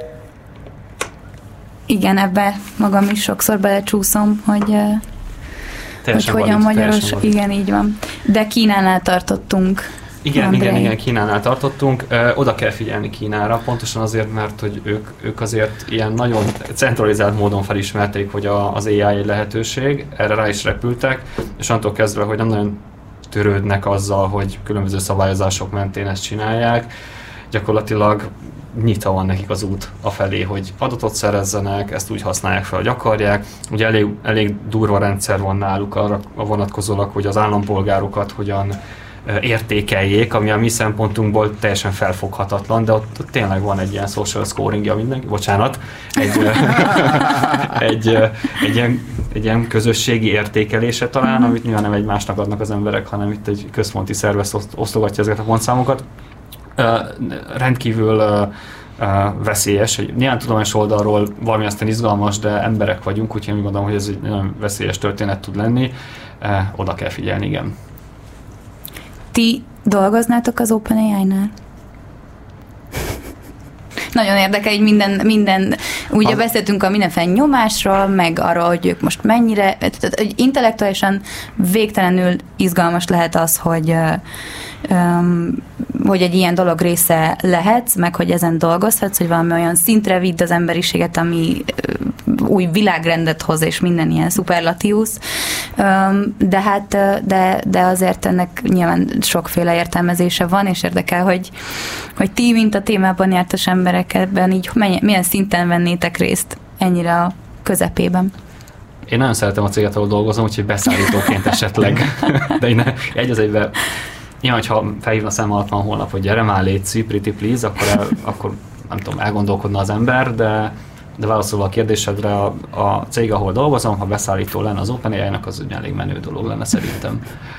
Igen, ebbe magam is sokszor belecsúszom, hogy hogyan magyaros. Igen, így van. De Kínánál tartottunk. Igen, Kínánál tartottunk. Oda kell figyelni Kínára, pontosan azért, mert hogy ők azért ilyen nagyon centralizált módon felismerték, hogy az AI egy lehetőség, erre rá is repültek, és attól kezdve, hogy nem nagyon törődnek azzal, hogy különböző szabályozások mentén ezt csinálják, gyakorlatilag nyitva van nekik az út afelé, hogy adatot szerezzenek, ezt úgy használják fel, hogy akarják. Ugye elég durva rendszer van náluk arra vonatkozólag, hogy az állampolgárokat hogyan értékeljék, ami a mi szempontunkból teljesen felfoghatatlan, de ott tényleg van egy ilyen social scoringja mindenki, egy ilyen közösségi értékelése talán, amit nyilván nem egymásnak adnak az emberek, hanem itt egy központi szervez osztogatja ezeket a pontszámokat. Rendkívül veszélyes, hogy néhány tudományos oldalról valami aztán izgalmas, de emberek vagyunk, úgyhogy én gondolom, hogy ez egy nagyon veszélyes történet tud lenni. Oda kell figyelni, igen. Ti dolgoznátok az OpenAI-nál? Nagyon érdekel, hogy minden ugye beszéltünk a mindenféle nyomásról, meg arról, hogy ők most mennyire, hogy intellektuálisan végtelenül izgalmas lehet az, hogy egy ilyen dolog része lehetsz, meg hogy ezen dolgozhatsz, hogy valami olyan szintre vidd az emberiséget, ami új világrendet hoz, és minden ilyen szuperlatívusz, de azért ennek nyilván sokféle értelmezése van, és érdekel, hogy ti, mint a témában jártas emberek ebben így milyen szinten vennétek részt ennyire a közepében. Én nagyon szeretem a céget, ahol dolgozom, úgyhogy beszállítóként esetleg, de én egy az egyben, nyilván, hogyha felhívna szám alatt van holnap, hogy gyere már, légy pretty please, akkor nem tudom, elgondolkodna az ember, de válaszolva a kérdésedre, a cég, ahol dolgozom, ha beszállító lenne az OpenAI-nak, az ugye elég menő dolog lenne szerintem.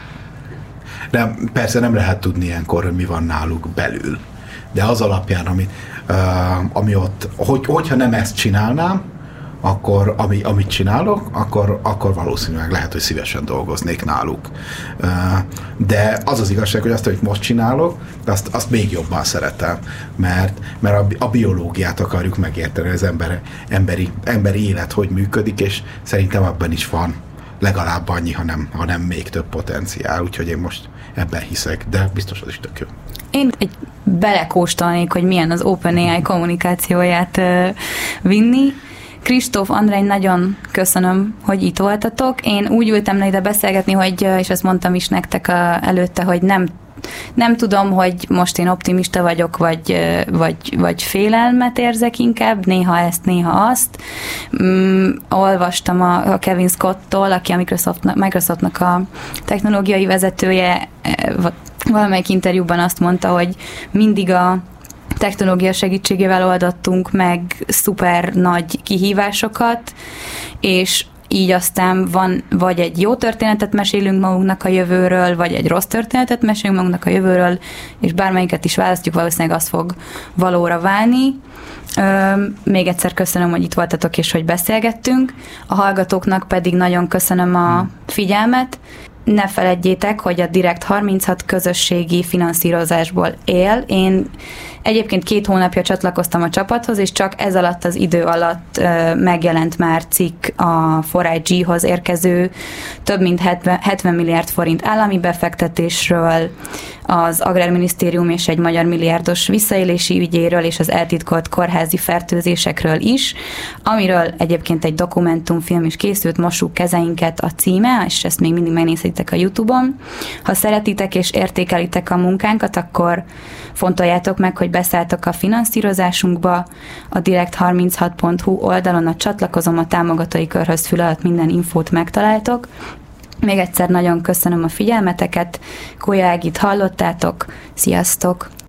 De persze nem lehet tudni ilyenkor, hogy mi van náluk belül. De az alapján, ami ott, hogyha nem ezt csinálnám, akkor amit csinálok, akkor valószínűleg lehet, hogy szívesen dolgoznék náluk. De az az igazság, hogy azt, amit most csinálok, azt még jobban szeretem, mert a biológiát akarjuk megérteni, az emberi élet hogy működik, és szerintem abban is van legalább annyi, hanem még több potenciál, úgyhogy én most ebben hiszek, de biztos az is tök jó. Én belekóstolnék, hogy milyen az OpenAI kommunikációját vinni. Kristóf, Andrej, nagyon köszönöm, hogy itt voltatok. Én úgy ültem le ide beszélgetni, és ezt mondtam is nektek előtte, hogy nem tudom, hogy most én optimista vagyok, vagy félelmet érzek inkább, néha ezt, néha azt. Olvastam a Kevin Scott-tól, aki a Microsoftnak a technológiai vezetője, valamelyik interjúban azt mondta, hogy mindig a technológia segítségével oldottunk meg szuper nagy kihívásokat, és így aztán van, vagy egy jó történetet mesélünk magunknak a jövőről, vagy egy rossz történetet mesélünk magunknak a jövőről, és bármelyiket is választjuk, valószínűleg az fog valóra válni. Még egyszer köszönöm, hogy itt voltatok, és hogy beszélgettünk. A hallgatóknak pedig nagyon köszönöm a figyelmet. Ne feledjétek, hogy a Direkt 36 közösségi finanszírozásból él. Én egyébként 2 hónapja csatlakoztam a csapathoz, és csak ez alatt az idő alatt megjelent már cikk a 4IG-hoz érkező több mint 70 milliárd forint állami befektetésről, az Agrárminisztérium és egy magyar milliárdos visszaélési ügyéről és az eltitkolt kórházi fertőzésekről is, amiről egyébként egy dokumentumfilm is készült, Mossuk kezeinket a címe, és ezt még mindig megnézhetitek a YouTube-on. Ha szeretitek és értékelitek a munkánkat, akkor fontoljátok meg, hogy beszálltok a finanszírozásunkba. A direkt36.hu oldalon a csatlakozom a támogatói körhöz fül alatt minden infót megtaláltok. Még egyszer nagyon köszönöm a figyelmeteket, Kólya Ágit hallottátok, sziasztok!